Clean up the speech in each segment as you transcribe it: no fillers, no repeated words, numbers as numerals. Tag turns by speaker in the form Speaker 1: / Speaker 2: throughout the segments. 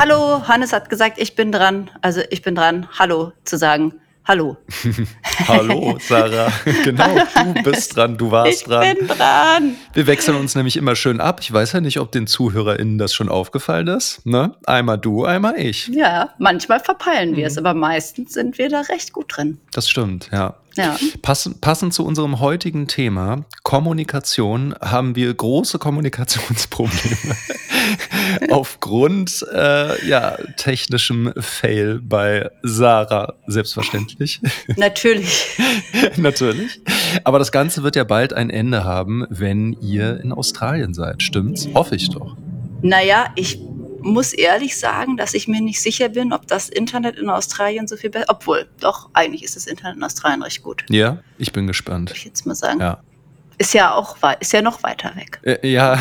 Speaker 1: Hallo, Hannes hat gesagt, ich bin dran. Also ich bin dran, Hallo zu sagen. Hallo.
Speaker 2: Hallo, Sarah. Genau, du bist dran, du warst
Speaker 1: Ich
Speaker 2: dran.
Speaker 1: bin dran.
Speaker 2: Wir wechseln uns nämlich immer schön ab. Ich weiß ja nicht, ob den ZuhörerInnen das schon aufgefallen ist. Ne? Einmal du, einmal ich.
Speaker 1: Ja, manchmal verpeilen wir es, aber meistens sind wir da recht gut drin.
Speaker 2: Das stimmt, ja.
Speaker 1: Ja.
Speaker 2: Passend zu unserem heutigen Thema Kommunikation haben wir große Kommunikationsprobleme aufgrund technischem Fail bei Sarah, selbstverständlich.
Speaker 1: Natürlich.
Speaker 2: Natürlich. Aber das Ganze wird ja bald ein Ende haben, wenn ihr in Australien seid. Stimmt's? Hoffe ich doch.
Speaker 1: Naja, ich muss ehrlich sagen, dass ich mir nicht sicher bin, ob das Internet in Australien so viel besser... Obwohl, doch, eigentlich ist das Internet in Australien recht gut.
Speaker 2: Ja, ich bin gespannt.
Speaker 1: Würde ich jetzt mal sagen.
Speaker 2: Ja.
Speaker 1: Ist ja noch weiter weg.
Speaker 2: Ja,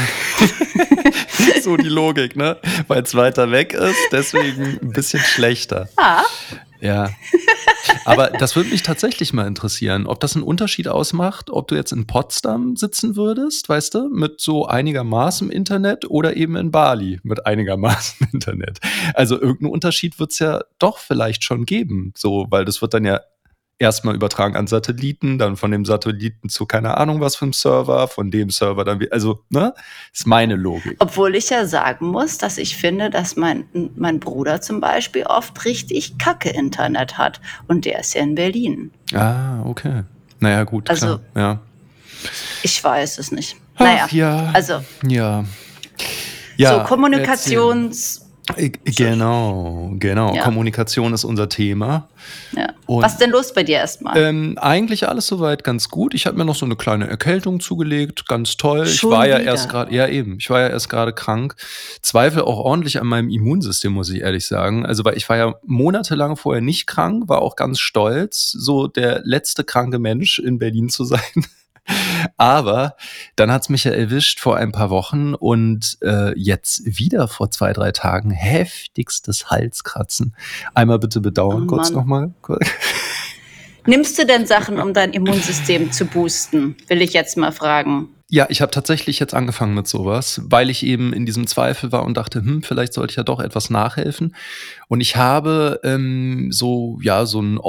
Speaker 2: so die Logik, ne? Weil es weiter weg ist, deswegen ein bisschen schlechter.
Speaker 1: Ah.
Speaker 2: Ja. Aber das würde mich tatsächlich mal interessieren, ob das einen Unterschied ausmacht, ob du jetzt in Potsdam sitzen würdest, weißt du, mit so einigermaßen Internet oder eben in Bali mit einigermaßen Internet. Also irgendeinen Unterschied wird es ja doch vielleicht schon geben, so, weil das wird dann ja erstmal übertragen an Satelliten, dann von dem Satelliten zu keine Ahnung was für einem Server, von dem Server dann wieder, also, ne, ist meine Logik.
Speaker 1: Obwohl ich ja sagen muss, dass ich finde, dass mein Bruder zum Beispiel oft richtig kacke Internet hat. Und der ist ja in Berlin.
Speaker 2: Ah, okay. Naja, gut,
Speaker 1: Also,
Speaker 2: klar, ja.
Speaker 1: Ich weiß es nicht.
Speaker 2: Ach, ja.
Speaker 1: Also,
Speaker 2: Ja.
Speaker 1: so Kommunikations...
Speaker 2: Genau.
Speaker 1: Ja.
Speaker 2: Kommunikation ist unser Thema.
Speaker 1: Ja.
Speaker 2: Und,
Speaker 1: was denn los bei dir erstmal?
Speaker 2: Eigentlich alles soweit ganz gut. Ich habe mir noch so eine kleine Erkältung zugelegt, ganz toll. Ich
Speaker 1: Schon
Speaker 2: war ja
Speaker 1: wieder?
Speaker 2: erst gerade krank. Zweifle auch ordentlich an meinem Immunsystem, muss ich ehrlich sagen. Also, weil ich war ja monatelang vorher nicht krank, war auch ganz stolz, so der letzte kranke Mensch in Berlin zu sein. Aber dann hat's mich ja erwischt vor ein paar Wochen und jetzt wieder vor 2, 3 Tagen heftigstes Halskratzen. Einmal bitte bedauern, kurz nochmal.
Speaker 1: Nimmst du denn Sachen, um dein Immunsystem zu boosten? Will ich jetzt mal fragen.
Speaker 2: Ja, ich habe tatsächlich jetzt angefangen mit sowas, weil ich eben in diesem Zweifel war und dachte, vielleicht sollte ich ja doch etwas nachhelfen. Und ich habe so ein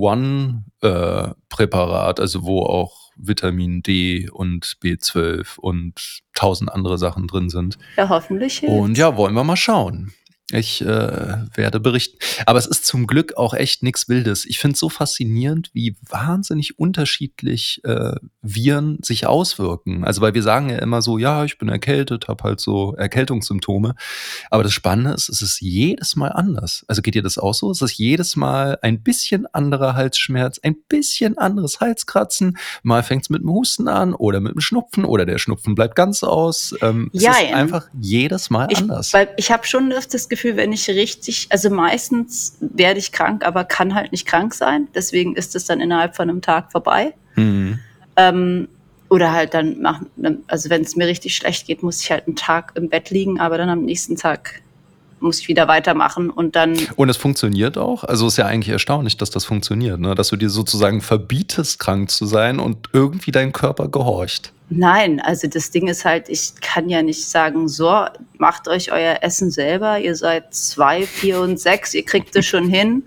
Speaker 2: All-in-One-Präparat, also wo auch Vitamin D und B12 und 1000 andere Sachen drin sind.
Speaker 1: Ja, hoffentlich hilft's.
Speaker 2: Und ja, wollen wir mal schauen. Ich werde berichten. Aber es ist zum Glück auch echt nichts Wildes. Ich finde es so faszinierend, wie wahnsinnig unterschiedlich Viren sich auswirken. Also weil wir sagen ja immer so, ja, ich bin erkältet, habe halt so Erkältungssymptome. Aber das Spannende ist, es ist jedes Mal anders. Also geht dir das auch so? Es ist jedes Mal ein bisschen anderer Halsschmerz, ein bisschen anderes Halskratzen. Mal fängt es mit dem Husten an oder mit dem Schnupfen oder der Schnupfen bleibt ganz aus. Es ist einfach jedes Mal anders.
Speaker 1: Weil ich habe schon das Gefühl, wenn ich also meistens werde ich krank, aber kann halt nicht krank sein. Deswegen ist es dann innerhalb von einem Tag vorbei.
Speaker 2: Mhm.
Speaker 1: Oder halt dann also wenn es mir richtig schlecht geht, muss ich halt einen Tag im Bett liegen, aber dann am nächsten Tag muss ich wieder weitermachen und dann...
Speaker 2: Und es funktioniert auch? Also ist ja eigentlich erstaunlich, dass das funktioniert, ne? Dass du dir sozusagen verbietest, krank zu sein und irgendwie dein Körper gehorcht.
Speaker 1: Nein, also das Ding ist halt, ich kann ja nicht sagen, so, macht euch euer Essen selber, ihr seid 2, 4 und 6, ihr kriegt es schon hin.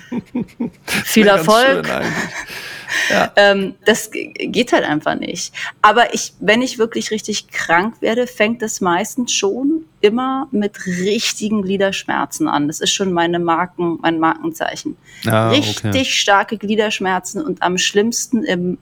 Speaker 1: Viel Erfolg.
Speaker 2: Ja.
Speaker 1: Das geht halt einfach nicht. Aber wenn ich wirklich richtig krank werde, fängt es meistens schon immer mit richtigen Gliederschmerzen an. Das ist schon mein Markenzeichen. Richtig starke Gliederschmerzen und am schlimmsten im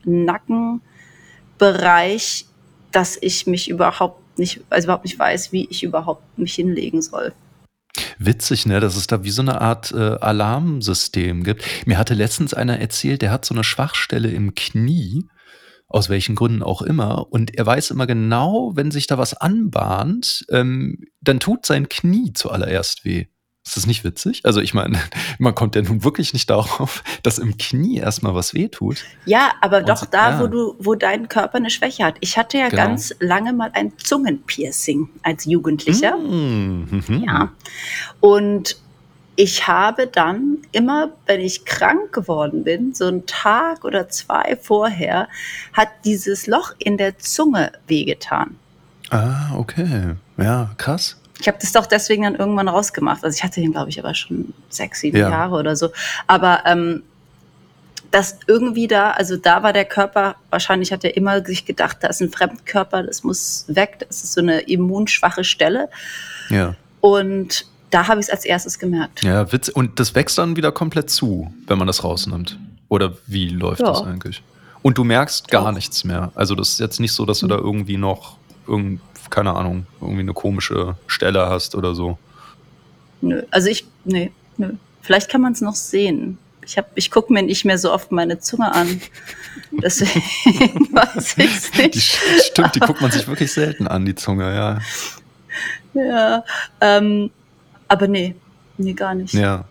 Speaker 1: Nackenbereich, dass ich mich überhaupt nicht weiß, wie ich überhaupt mich hinlegen soll.
Speaker 2: Witzig, ne, dass es da wie so eine Art Alarmsystem gibt. Mir hatte letztens einer erzählt, der hat so eine Schwachstelle im Knie, aus welchen Gründen auch immer, und er weiß immer genau, wenn sich da was anbahnt, dann tut sein Knie zuallererst weh. Ist das nicht witzig? Also ich meine, man kommt ja nun wirklich nicht darauf, dass im Knie erstmal was wehtut.
Speaker 1: Ja, aber doch wo dein Körper eine Schwäche hat. Ich hatte ja ganz lange mal ein Zungenpiercing als Jugendlicher. Ja. Und ich habe dann immer, wenn ich krank geworden bin, so einen Tag oder 2 vorher, hat dieses Loch in der Zunge wehgetan.
Speaker 2: Ah, okay. Ja, krass.
Speaker 1: Ich habe das doch deswegen dann irgendwann rausgemacht. Also ich hatte den, glaube ich, aber schon 6, 7 Jahre oder so. Aber das irgendwie da war der Körper, wahrscheinlich hat er immer sich gedacht, da ist ein Fremdkörper, das muss weg, das ist so eine immunschwache Stelle.
Speaker 2: Ja.
Speaker 1: Und da habe ich es als erstes gemerkt.
Speaker 2: Ja, Witz. Und das wächst dann wieder komplett zu, wenn man das rausnimmt. Oder wie läuft das eigentlich? Und du merkst gar nichts mehr. Also das ist jetzt nicht so, dass du da irgendwie noch, keine Ahnung, irgendwie eine komische Stelle hast oder so.
Speaker 1: Nö, also nö. Vielleicht kann man es noch sehen. Ich gucke mir nicht mehr so oft meine Zunge an. Deswegen weiß ich es nicht.
Speaker 2: Stimmt, die guckt man sich wirklich selten an, die Zunge, ja.
Speaker 1: Ja, aber nee, gar nicht.
Speaker 2: Ja.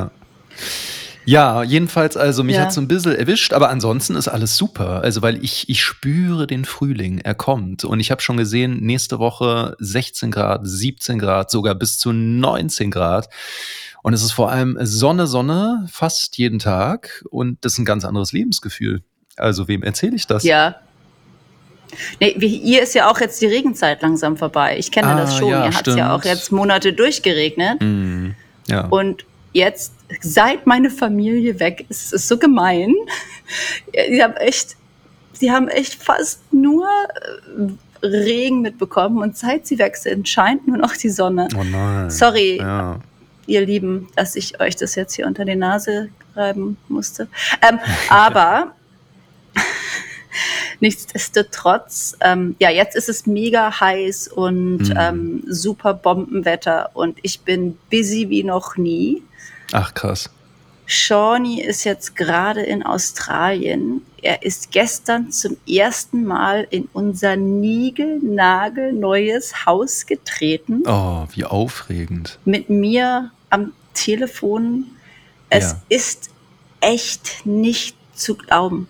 Speaker 2: Ja, jedenfalls, also mich hat so ein bisschen erwischt, aber ansonsten ist alles super. Also weil ich spüre den Frühling, er kommt. Und ich habe schon gesehen, nächste Woche 16 Grad, 17 Grad, sogar bis zu 19 Grad. Und es ist vor allem Sonne, fast jeden Tag. Und das ist ein ganz anderes Lebensgefühl. Also wem erzähle ich das?
Speaker 1: Ja. Nee, hier ist ja auch jetzt die Regenzeit langsam vorbei. Ich kenne das schon. Hier hat es ja auch jetzt Monate durchgeregnet.
Speaker 2: Ja.
Speaker 1: Und jetzt, seit meine Familie weg ist, es ist so gemein. Sie haben echt fast nur Regen mitbekommen. Und seit sie weg sind, scheint nur noch die Sonne.
Speaker 2: Oh nein.
Speaker 1: Sorry, ihr Lieben, dass ich euch das jetzt hier unter die Nase reiben musste. Aber nichtsdestotrotz, jetzt ist es mega heiß und super Bombenwetter und ich bin busy wie noch nie.
Speaker 2: Ach, krass.
Speaker 1: Shawnee ist jetzt gerade in Australien. Er ist gestern zum ersten Mal in unser niegelnagelneues Haus getreten.
Speaker 2: Oh, wie aufregend.
Speaker 1: Mit mir am Telefon. Es ist echt nicht zu glauben.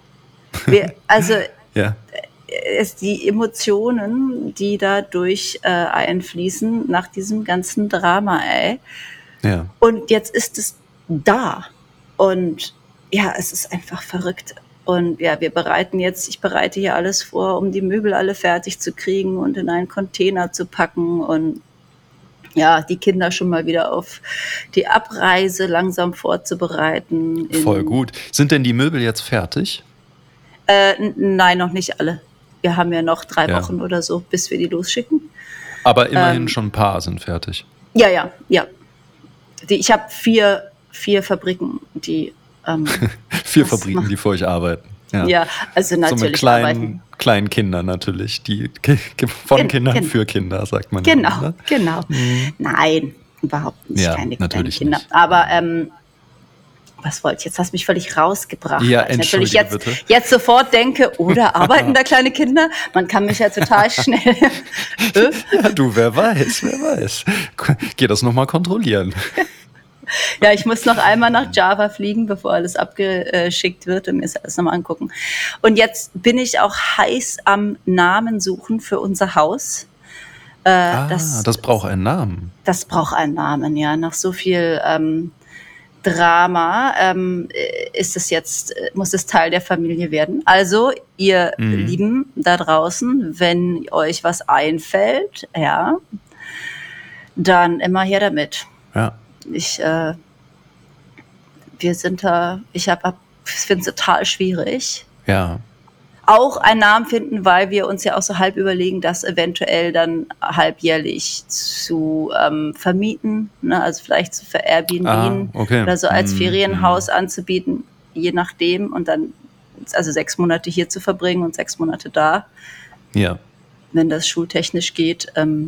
Speaker 1: Die Emotionen, die dadurch einfließen nach diesem ganzen Drama,
Speaker 2: Ja.
Speaker 1: Und jetzt ist es da. Und ja, es ist einfach verrückt. Und ja, ich bereite hier alles vor, um die Möbel alle fertig zu kriegen und in einen Container zu packen und ja, die Kinder schon mal wieder auf die Abreise langsam vorzubereiten.
Speaker 2: Voll gut. Sind denn die Möbel jetzt fertig?
Speaker 1: Nein, noch nicht alle. Wir haben ja noch 3 Wochen oder so, bis wir die losschicken.
Speaker 2: Aber immerhin schon ein paar sind fertig.
Speaker 1: Ja. Ich habe 4 Fabriken, die
Speaker 2: 4 Fabriken, die für euch arbeiten.
Speaker 1: Ja, also natürlich
Speaker 2: so mit kleinen Kindern natürlich, die von Kindern für Kinder, sagt man.
Speaker 1: Genau. Nein, überhaupt nicht, keine kleinen Kinder.
Speaker 2: Nicht.
Speaker 1: Aber was wollte ich? Jetzt hast du mich völlig rausgebracht.
Speaker 2: Ja,
Speaker 1: weil ich natürlich jetzt sofort denke, oder arbeiten da kleine Kinder? Man kann mich ja total schnell...
Speaker 2: Ja, du, wer weiß. Geh das nochmal kontrollieren.
Speaker 1: Ja, ich muss noch einmal nach Java fliegen, bevor alles abgeschickt wird und mir das alles nochmal angucken. Und jetzt bin ich auch heiß am Namen suchen für unser Haus.
Speaker 2: Das braucht einen Namen.
Speaker 1: Das braucht einen Namen, ja. Nach so viel Drama muss es Teil der Familie werden. Also, ihr Lieben da draußen, wenn euch was einfällt, dann immer her damit.
Speaker 2: Ja.
Speaker 1: Ich finde es total schwierig.
Speaker 2: Ja.
Speaker 1: Auch einen Namen finden, weil wir uns ja auch so halb überlegen, das eventuell dann halbjährlich zu vermieten, ne? Also vielleicht für Airbnb oder so als Ferienhaus anzubieten, je nachdem. Und dann 6 Monate hier zu verbringen und 6 Monate da.
Speaker 2: Ja.
Speaker 1: Wenn das schultechnisch geht.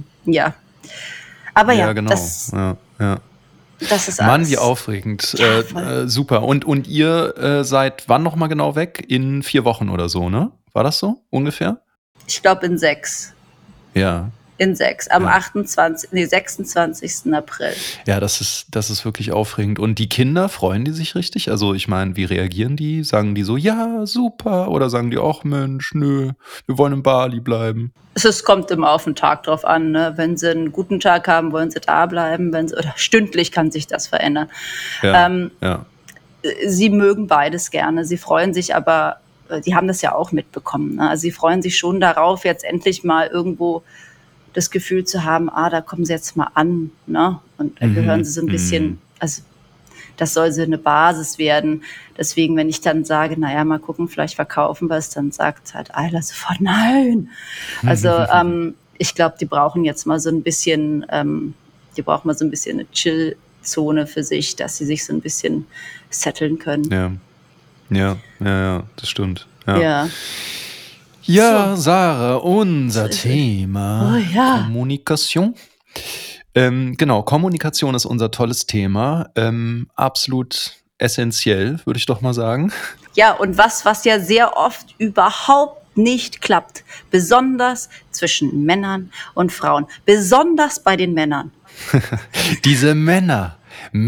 Speaker 1: Aber
Speaker 2: genau.
Speaker 1: Das ist
Speaker 2: Mann, wie aufregend. Super. Und ihr seid wann nochmal genau weg? In 4 Wochen oder so, ne? War das so ungefähr?
Speaker 1: Ich glaube in 6.
Speaker 2: Ja.
Speaker 1: In 6. Am 26. April.
Speaker 2: Ja, das ist wirklich aufregend. Und die Kinder, freuen die sich richtig? Also ich meine, wie reagieren die? Sagen die so, ja, super? Oder sagen die, ach Mensch, nö, wir wollen in Bali bleiben?
Speaker 1: Es kommt immer auf den Tag drauf an. Ne? Wenn sie einen guten Tag haben, wollen sie da bleiben. Oder stündlich kann sich das verändern.
Speaker 2: Ja.
Speaker 1: Sie mögen beides gerne. Sie freuen sich aber, die haben das ja auch mitbekommen. Ne? Also sie freuen sich schon darauf, jetzt endlich mal irgendwo das Gefühl zu haben, da kommen sie jetzt mal an, ne? Und da gehören sie so ein bisschen, also das soll so eine Basis werden. Deswegen, wenn ich dann sage, naja, mal gucken, vielleicht verkaufen wir es, dann sagt halt Ayla sofort, nein. Also ich glaube, die brauchen jetzt mal so ein bisschen, eine Chill-Zone für sich, dass sie sich so ein bisschen setteln können.
Speaker 2: Ja, das stimmt.
Speaker 1: Ja.
Speaker 2: Ja, Sarah, unser Thema Kommunikation. Genau, Kommunikation ist unser tolles Thema. Absolut essentiell, würde ich doch mal sagen.
Speaker 1: Ja, und was ja sehr oft überhaupt nicht klappt, besonders zwischen Männern und Frauen, besonders bei den Männern.
Speaker 2: Diese Männer.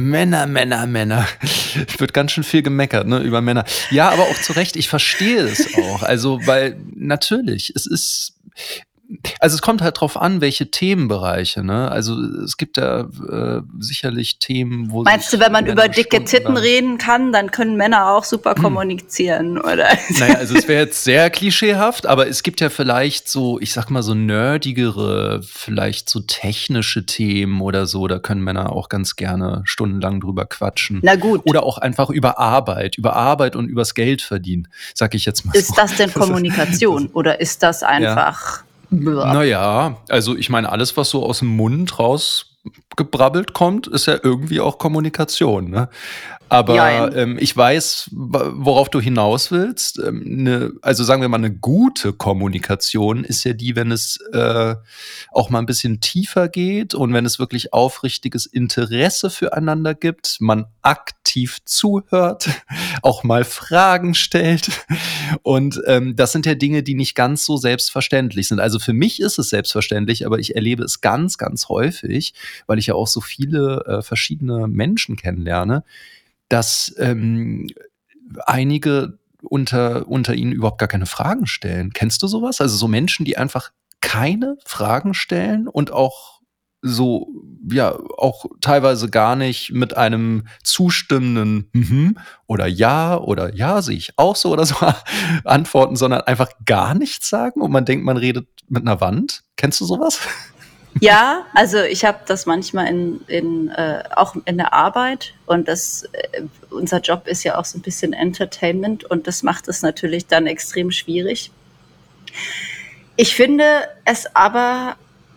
Speaker 2: Wird ganz schön viel gemeckert, ne, über Männer. Ja, aber auch zu Recht, ich verstehe es auch. Also, weil natürlich, es kommt halt drauf an, welche Themenbereiche, ne? Also es gibt ja sicherlich Themen, wo
Speaker 1: Meinst du, wenn man über dicke Titten reden kann, dann können Männer auch super kommunizieren, oder?
Speaker 2: Naja, also es wäre jetzt sehr klischeehaft, aber es gibt ja vielleicht so, ich sag mal so nerdigere, vielleicht so technische Themen oder so, da können Männer auch ganz gerne stundenlang drüber quatschen.
Speaker 1: Na gut.
Speaker 2: Oder auch einfach über Arbeit und übers Geld verdienen, sag ich jetzt mal
Speaker 1: so. Ist das denn Kommunikation oder ist das einfach...
Speaker 2: Naja, also ich meine, alles, was so aus dem Mund rausgebrabbelt kommt, ist ja irgendwie auch Kommunikation, ne? Aber ich weiß, worauf du hinaus willst. Also sagen wir mal, eine gute Kommunikation ist ja die, wenn es auch mal ein bisschen tiefer geht und wenn es wirklich aufrichtiges Interesse füreinander gibt, man aktiv zuhört, auch mal Fragen stellt. Und das sind ja Dinge, die nicht ganz so selbstverständlich sind. Also für mich ist es selbstverständlich, aber ich erlebe es ganz, ganz häufig, weil ich ja auch so viele verschiedene Menschen kennenlerne, dass einige unter ihnen überhaupt gar keine Fragen stellen. Kennst du sowas? Also so Menschen, die einfach keine Fragen stellen und auch so, ja, auch teilweise gar nicht mit einem zustimmenden oder ja, sehe ich auch so oder so antworten, sondern einfach gar nichts sagen und man denkt, man redet mit einer Wand. Kennst du sowas?
Speaker 1: Ja, also ich habe das manchmal auch in der Arbeit und unser Job ist ja auch so ein bisschen Entertainment und das macht es natürlich dann extrem schwierig. Ich finde es aber,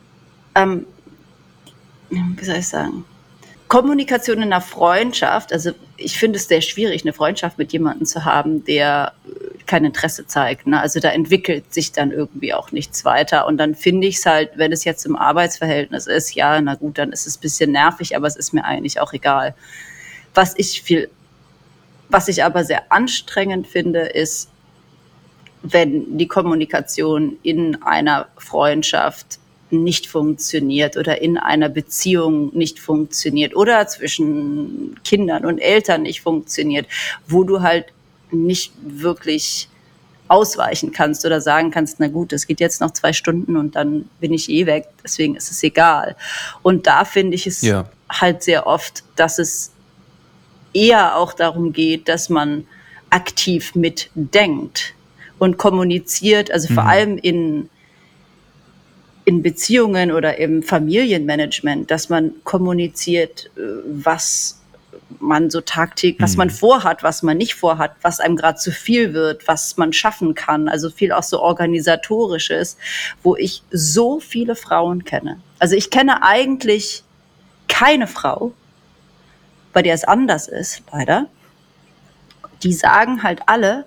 Speaker 1: wie soll ich sagen, Kommunikation in einer Freundschaft, also ich finde es sehr schwierig, eine Freundschaft mit jemandem zu haben, der kein Interesse zeigt, ne? Also da entwickelt sich dann irgendwie auch nichts weiter und dann finde ich es halt, wenn es jetzt im Arbeitsverhältnis ist, ja, na gut, dann ist es ein bisschen nervig, aber es ist mir eigentlich auch egal. Was ich aber sehr anstrengend finde, ist, wenn die Kommunikation in einer Freundschaft nicht funktioniert oder in einer Beziehung nicht funktioniert oder zwischen Kindern und Eltern nicht funktioniert, wo du halt nicht wirklich ausweichen kannst oder sagen kannst, na gut, es geht jetzt noch 2 Stunden und dann bin ich weg, deswegen ist es egal. Und da finde ich es halt sehr oft, dass es eher auch darum geht, dass man aktiv mitdenkt und kommuniziert, also vor allem in Beziehungen oder im Familienmanagement, dass man kommuniziert, was man so tagtäglich, was man vorhat, was man nicht vorhat, was einem gerade zu viel wird, was man schaffen kann. Also viel auch so Organisatorisches, wo ich so viele Frauen kenne. Also ich kenne eigentlich keine Frau, bei der es anders ist, leider. Die sagen halt alle,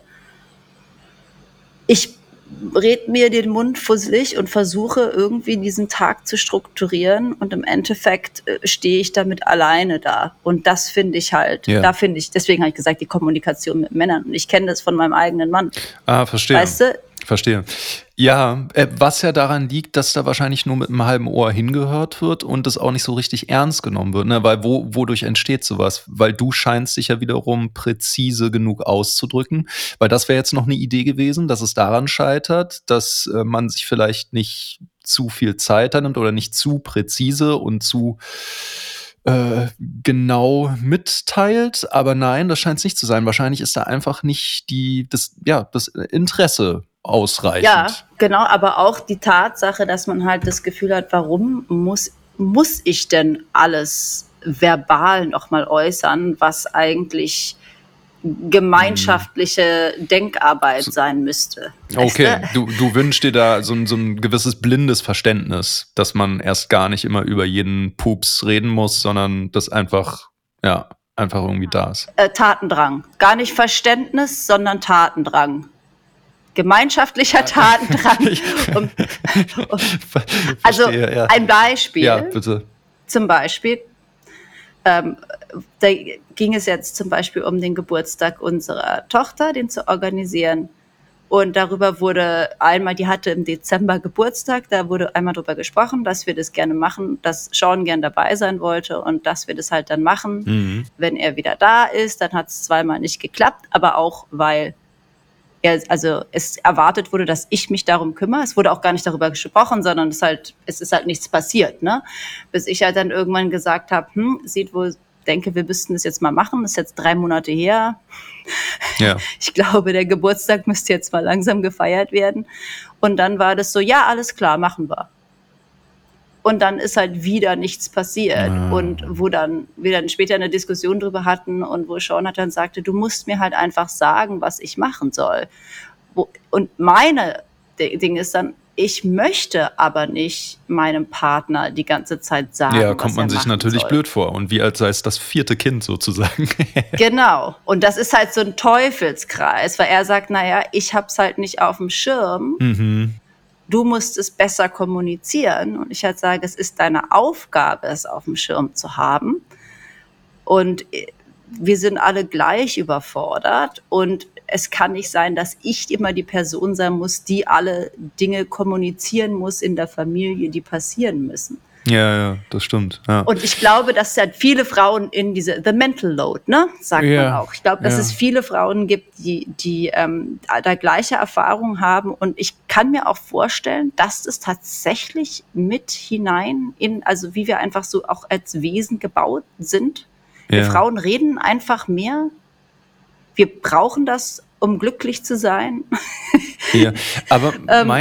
Speaker 1: ich red mir den Mund fusselig und versuche irgendwie diesen Tag zu strukturieren und im Endeffekt stehe ich damit alleine da. Und das finde ich halt, deswegen habe ich gesagt, die Kommunikation mit Männern. Und ich kenne das von meinem eigenen Mann.
Speaker 2: Verstehe.
Speaker 1: Weißt du?
Speaker 2: Verstehe. Ja, was ja daran liegt, dass da wahrscheinlich nur mit einem halben Ohr hingehört wird und das auch nicht so richtig ernst genommen wird, ne? Weil wodurch entsteht sowas? Weil du scheinst dich ja wiederum präzise genug auszudrücken, weil das wäre jetzt noch eine Idee gewesen, dass es daran scheitert, dass man sich vielleicht nicht zu viel Zeit nimmt oder nicht zu präzise und zu genau mitteilt, aber nein, das scheint es nicht zu sein. Wahrscheinlich ist da einfach nicht das Interesse ausreichend.
Speaker 1: Ja, genau, aber auch die Tatsache, dass man halt das Gefühl hat, warum muss ich denn alles verbal nochmal äußern, was eigentlich gemeinschaftliche Denkarbeit sein müsste.
Speaker 2: Okay, du wünschst dir da so ein gewisses blindes Verständnis, dass man erst gar nicht immer über jeden Pups reden muss, sondern das einfach irgendwie da ist.
Speaker 1: Tatendrang. Gar nicht Verständnis, sondern Tatendrang. Gemeinschaftlicher Tatendrang. Also
Speaker 2: Verstehe,
Speaker 1: ein Beispiel.
Speaker 2: Ja, bitte.
Speaker 1: Zum Beispiel, da ging es jetzt zum Beispiel um den Geburtstag unserer Tochter, den zu organisieren. Und darüber wurde einmal, die hatte im Dezember Geburtstag, da wurde einmal darüber gesprochen, dass wir das gerne machen, dass Sean gern dabei sein wollte und dass wir das halt dann machen, wenn er wieder da ist. Dann hat es zweimal nicht geklappt, aber auch, weil es erwartet wurde, dass ich mich darum kümmere. Es wurde auch gar nicht darüber gesprochen, sondern es ist halt nichts passiert, ne? Bis ich halt dann irgendwann gesagt habe, denke, wir müssten das jetzt mal machen. Das ist jetzt 3 Monate her.
Speaker 2: Ja.
Speaker 1: Ich glaube, der Geburtstag müsste jetzt mal langsam gefeiert werden. Und dann war das so, ja, alles klar, machen wir. Und dann ist halt wieder nichts passiert. Und wo wir dann später eine Diskussion drüber hatten und wo Sean dann sagte, du musst mir halt einfach sagen, was ich machen soll. Und meine Ding ist dann, ich möchte aber nicht meinem Partner die ganze Zeit sagen,
Speaker 2: ja, kommt man sich natürlich
Speaker 1: soll.
Speaker 2: blöd vor. Und wie als sei es das 4. Kind sozusagen.
Speaker 1: Genau. Und das ist halt so ein Teufelskreis, weil er sagt, naja, ich hab's halt nicht auf dem Schirm. Du musst es besser kommunizieren. Und ich halt sage, es ist deine Aufgabe, es auf dem Schirm zu haben. Und wir sind alle gleich überfordert. Und es kann nicht sein, dass ich immer die Person sein muss, die alle Dinge kommunizieren muss in der Familie, die passieren müssen.
Speaker 2: Ja, das stimmt. Ja.
Speaker 1: Und ich glaube, dass es halt viele Frauen in the mental load, ne, sagt man auch. Ich glaube, dass es viele Frauen gibt, die da gleiche Erfahrungen haben. Und ich kann mir auch vorstellen, dass es tatsächlich mit hinein also wie wir einfach so auch als Wesen gebaut sind. Wir Frauen reden einfach mehr. Wir brauchen das, um glücklich zu sein.
Speaker 2: Ja, aber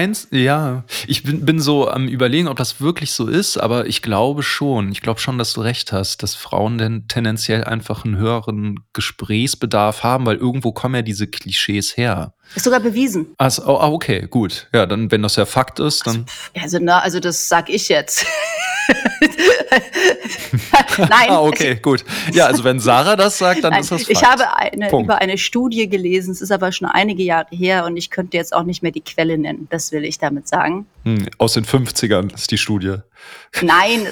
Speaker 2: ich bin so am Überlegen, ob das wirklich so ist, aber ich glaube schon. Ich glaube schon, dass du recht hast, dass Frauen denn tendenziell einfach einen höheren Gesprächsbedarf haben, weil irgendwo kommen ja diese Klischees her.
Speaker 1: Ist sogar bewiesen.
Speaker 2: Okay, gut. Ja, dann, wenn das ja Fakt ist, dann.
Speaker 1: Also das sag ich jetzt. Nein.
Speaker 2: Okay, gut. Ja, also wenn Sarah das sagt, dann ist das Fakt.
Speaker 1: Ich habe über eine Studie gelesen, es ist aber schon einige Jahre her und ich könnte jetzt auch nicht mehr die Quelle nennen, das will ich damit sagen.
Speaker 2: Aus den 50ern ist die Studie.
Speaker 1: Nein.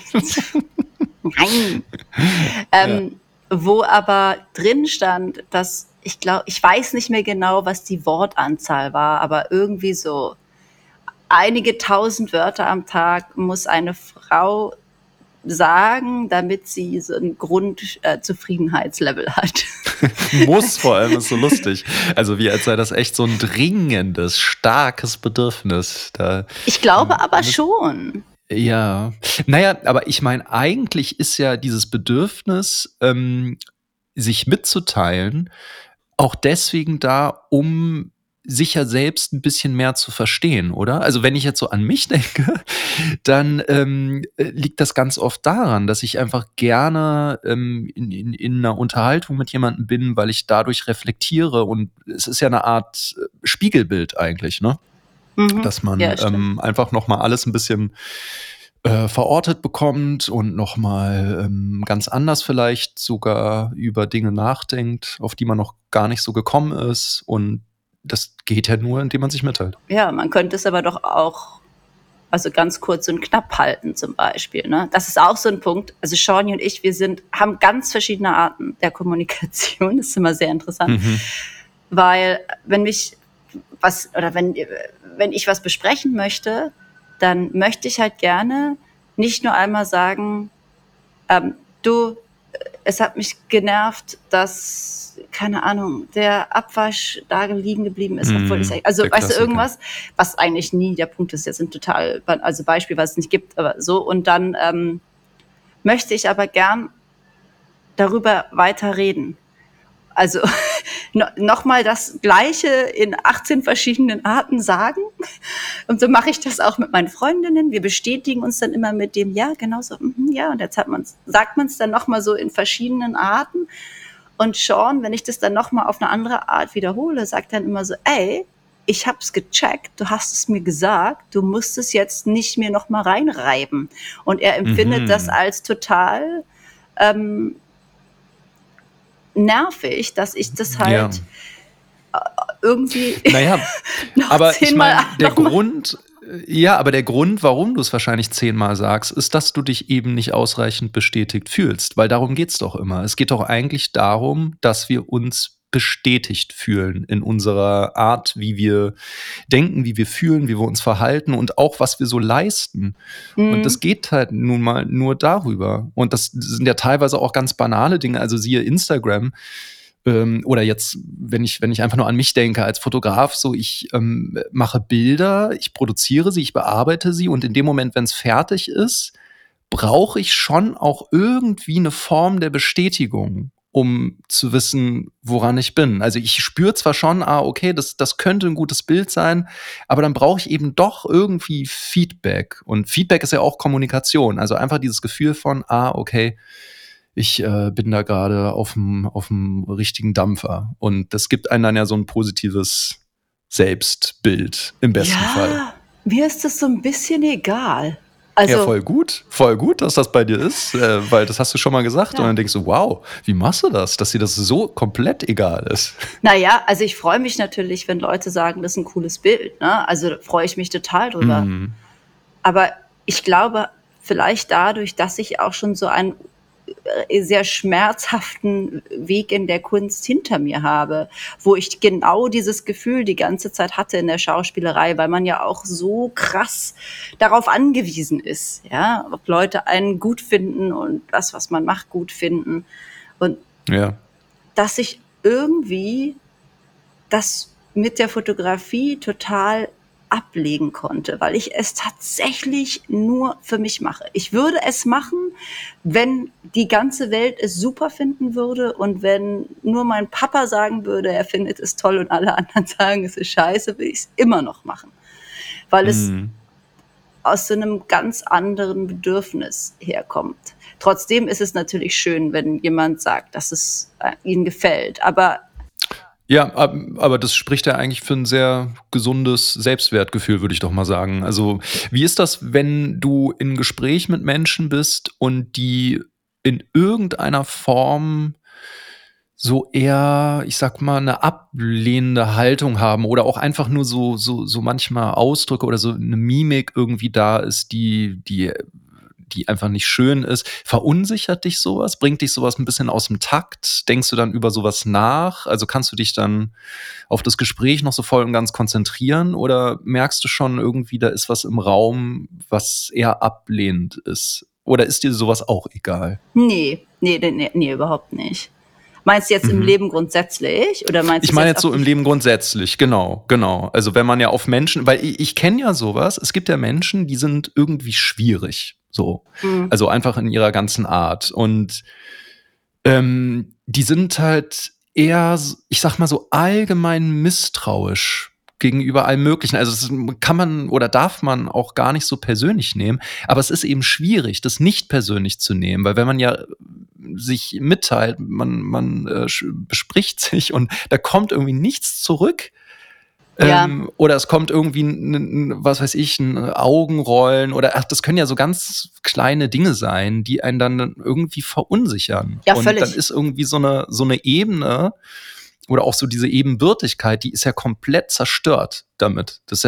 Speaker 1: Wo aber drin stand, dass ich weiß nicht mehr genau, was die Wortanzahl war, aber irgendwie so einige 1000 Wörter am Tag muss eine Frau sagen, damit sie so ein Grundzufriedenheitslevel hat.
Speaker 2: Muss, vor allem, ist so lustig. Also wie als sei das echt so ein dringendes, starkes Bedürfnis.
Speaker 1: Ich glaube aber schon.
Speaker 2: Ja, naja, aber ich meine, eigentlich ist ja dieses Bedürfnis, sich mitzuteilen, auch deswegen da, um sich ja selbst ein bisschen mehr zu verstehen, oder? Also wenn ich jetzt so an mich denke, dann liegt das ganz oft daran, dass ich einfach gerne in einer Unterhaltung mit jemandem bin, weil ich dadurch reflektiere und es ist ja eine Art Spiegelbild eigentlich, ne? Dass man einfach nochmal alles ein bisschen verortet bekommt und nochmal ganz anders vielleicht sogar über Dinge nachdenkt, auf die man noch gar nicht so gekommen ist. Und das geht ja nur, indem man sich mitteilt.
Speaker 1: Ja, man könnte es aber doch auch ganz kurz und knapp halten zum Beispiel. Ne? Das ist auch so ein Punkt. Also Shawnee und ich, haben ganz verschiedene Arten der Kommunikation. Das ist immer sehr interessant. Weil wenn ich was besprechen möchte, dann möchte ich halt gerne nicht nur einmal sagen, es hat mich genervt, dass, keine Ahnung, der Abwasch da liegen geblieben ist. Obwohl weißt du, irgendwas, was eigentlich nie der Punkt ist, jetzt ein total, also Beispiel, was es nicht gibt, aber so. Und dann möchte ich aber gern darüber weiter reden. Also nochmal das Gleiche in 18 verschiedenen Arten sagen. Und so mache ich das auch mit meinen Freundinnen. Wir bestätigen uns dann immer mit dem, ja, genau so, ja. Und jetzt sagt man es dann nochmal so in verschiedenen Arten. Und Sean, wenn ich das dann nochmal auf eine andere Art wiederhole, sagt dann immer so, ey, ich hab's gecheckt, du hast es mir gesagt, du musst es jetzt nicht mehr nochmal reinreiben. Und er empfindet das als total nervig, dass ich das halt irgendwie
Speaker 2: naja,
Speaker 1: noch
Speaker 2: aber ich
Speaker 1: zehnmal
Speaker 2: meine, der Grund, warum du es wahrscheinlich 10-mal sagst, ist, dass du dich eben nicht ausreichend bestätigt fühlst, weil darum geht's doch immer. Es geht doch eigentlich darum, dass wir uns bestätigt fühlen in unserer Art, wie wir denken, wie wir fühlen, wie wir uns verhalten und auch, was wir so leisten. Und das geht halt nun mal nur darüber. Und das sind ja teilweise auch ganz banale Dinge, also siehe Instagram. Oder jetzt, wenn ich einfach nur an mich denke als Fotograf, so ich mache Bilder, ich produziere sie, ich bearbeite sie und in dem Moment, wenn es fertig ist, brauche ich schon auch irgendwie eine Form der Bestätigung, um zu wissen, woran ich bin. Also ich spüre zwar schon, okay, das könnte ein gutes Bild sein, aber dann brauche ich eben doch irgendwie Feedback. Und Feedback ist ja auch Kommunikation. Also einfach dieses Gefühl von, okay, ich bin da gerade auf dem richtigen Dampfer. Und das gibt einem dann ja so ein positives Selbstbild im besten Fall.
Speaker 1: Mir ist das so ein bisschen egal. Also,
Speaker 2: ja, voll gut, dass das bei dir ist, weil das hast du schon mal gesagt und dann denkst du, wow, wie machst du das, dass dir das so komplett egal ist?
Speaker 1: Naja, also ich freue mich natürlich, wenn Leute sagen, das ist ein cooles Bild, ne? Also freue ich mich total drüber. Aber ich glaube, vielleicht dadurch, dass ich auch schon so einen sehr schmerzhaften Weg in der Kunst hinter mir habe, wo ich genau dieses Gefühl die ganze Zeit hatte in der Schauspielerei, weil man ja auch so krass darauf angewiesen ist, ja, ob Leute einen gut finden und das, was man macht, gut finden. Und dass ich irgendwie das mit der Fotografie total ablegen konnte, weil ich es tatsächlich nur für mich mache. Ich würde es machen, wenn die ganze Welt es super finden würde und wenn nur mein Papa sagen würde, er findet es toll und alle anderen sagen, es ist scheiße, würde ich es immer noch machen. Weil es aus so einem ganz anderen Bedürfnis herkommt. Trotzdem ist es natürlich schön, wenn jemand sagt, dass es ihnen gefällt, aber
Speaker 2: ja, aber das spricht ja eigentlich für ein sehr gesundes Selbstwertgefühl, würde ich doch mal sagen. Also, wie ist das, wenn du in Gespräch mit Menschen bist und die in irgendeiner Form so eher, ich sag mal, eine ablehnende Haltung haben oder auch einfach nur so manchmal Ausdrücke oder so eine Mimik irgendwie da ist, die einfach nicht schön ist. Verunsichert dich sowas? Bringt dich sowas ein bisschen aus dem Takt? Denkst du dann über sowas nach? Also kannst du dich dann auf das Gespräch noch so voll und ganz konzentrieren oder merkst du schon irgendwie, da ist was im Raum, was eher ablehnend ist? Oder ist dir sowas auch egal?
Speaker 1: Nee, überhaupt nicht. Meinst du jetzt im Leben grundsätzlich? Oder meinst
Speaker 2: ich meine jetzt so im Leben grundsätzlich, genau. Also wenn man ja auf Menschen, weil ich kenne ja sowas, es gibt ja Menschen, die sind irgendwie schwierig. So. Also einfach in ihrer ganzen Art. Und die sind halt eher, ich sag mal so allgemein misstrauisch gegenüber allem Möglichen. Also das kann man oder darf man auch gar nicht so persönlich nehmen. Aber es ist eben schwierig, das nicht persönlich zu nehmen, weil wenn man ja sich mitteilt, man bespricht sich und da kommt irgendwie nichts zurück. Oder es kommt irgendwie was weiß ich, ein Augenrollen oder das können ja so ganz kleine Dinge sein, die einen dann irgendwie verunsichern.
Speaker 1: Ja,
Speaker 2: und
Speaker 1: völlig.
Speaker 2: Dann ist irgendwie so eine Ebene oder auch so diese Ebenbürtigkeit, die ist ja komplett zerstört damit. Das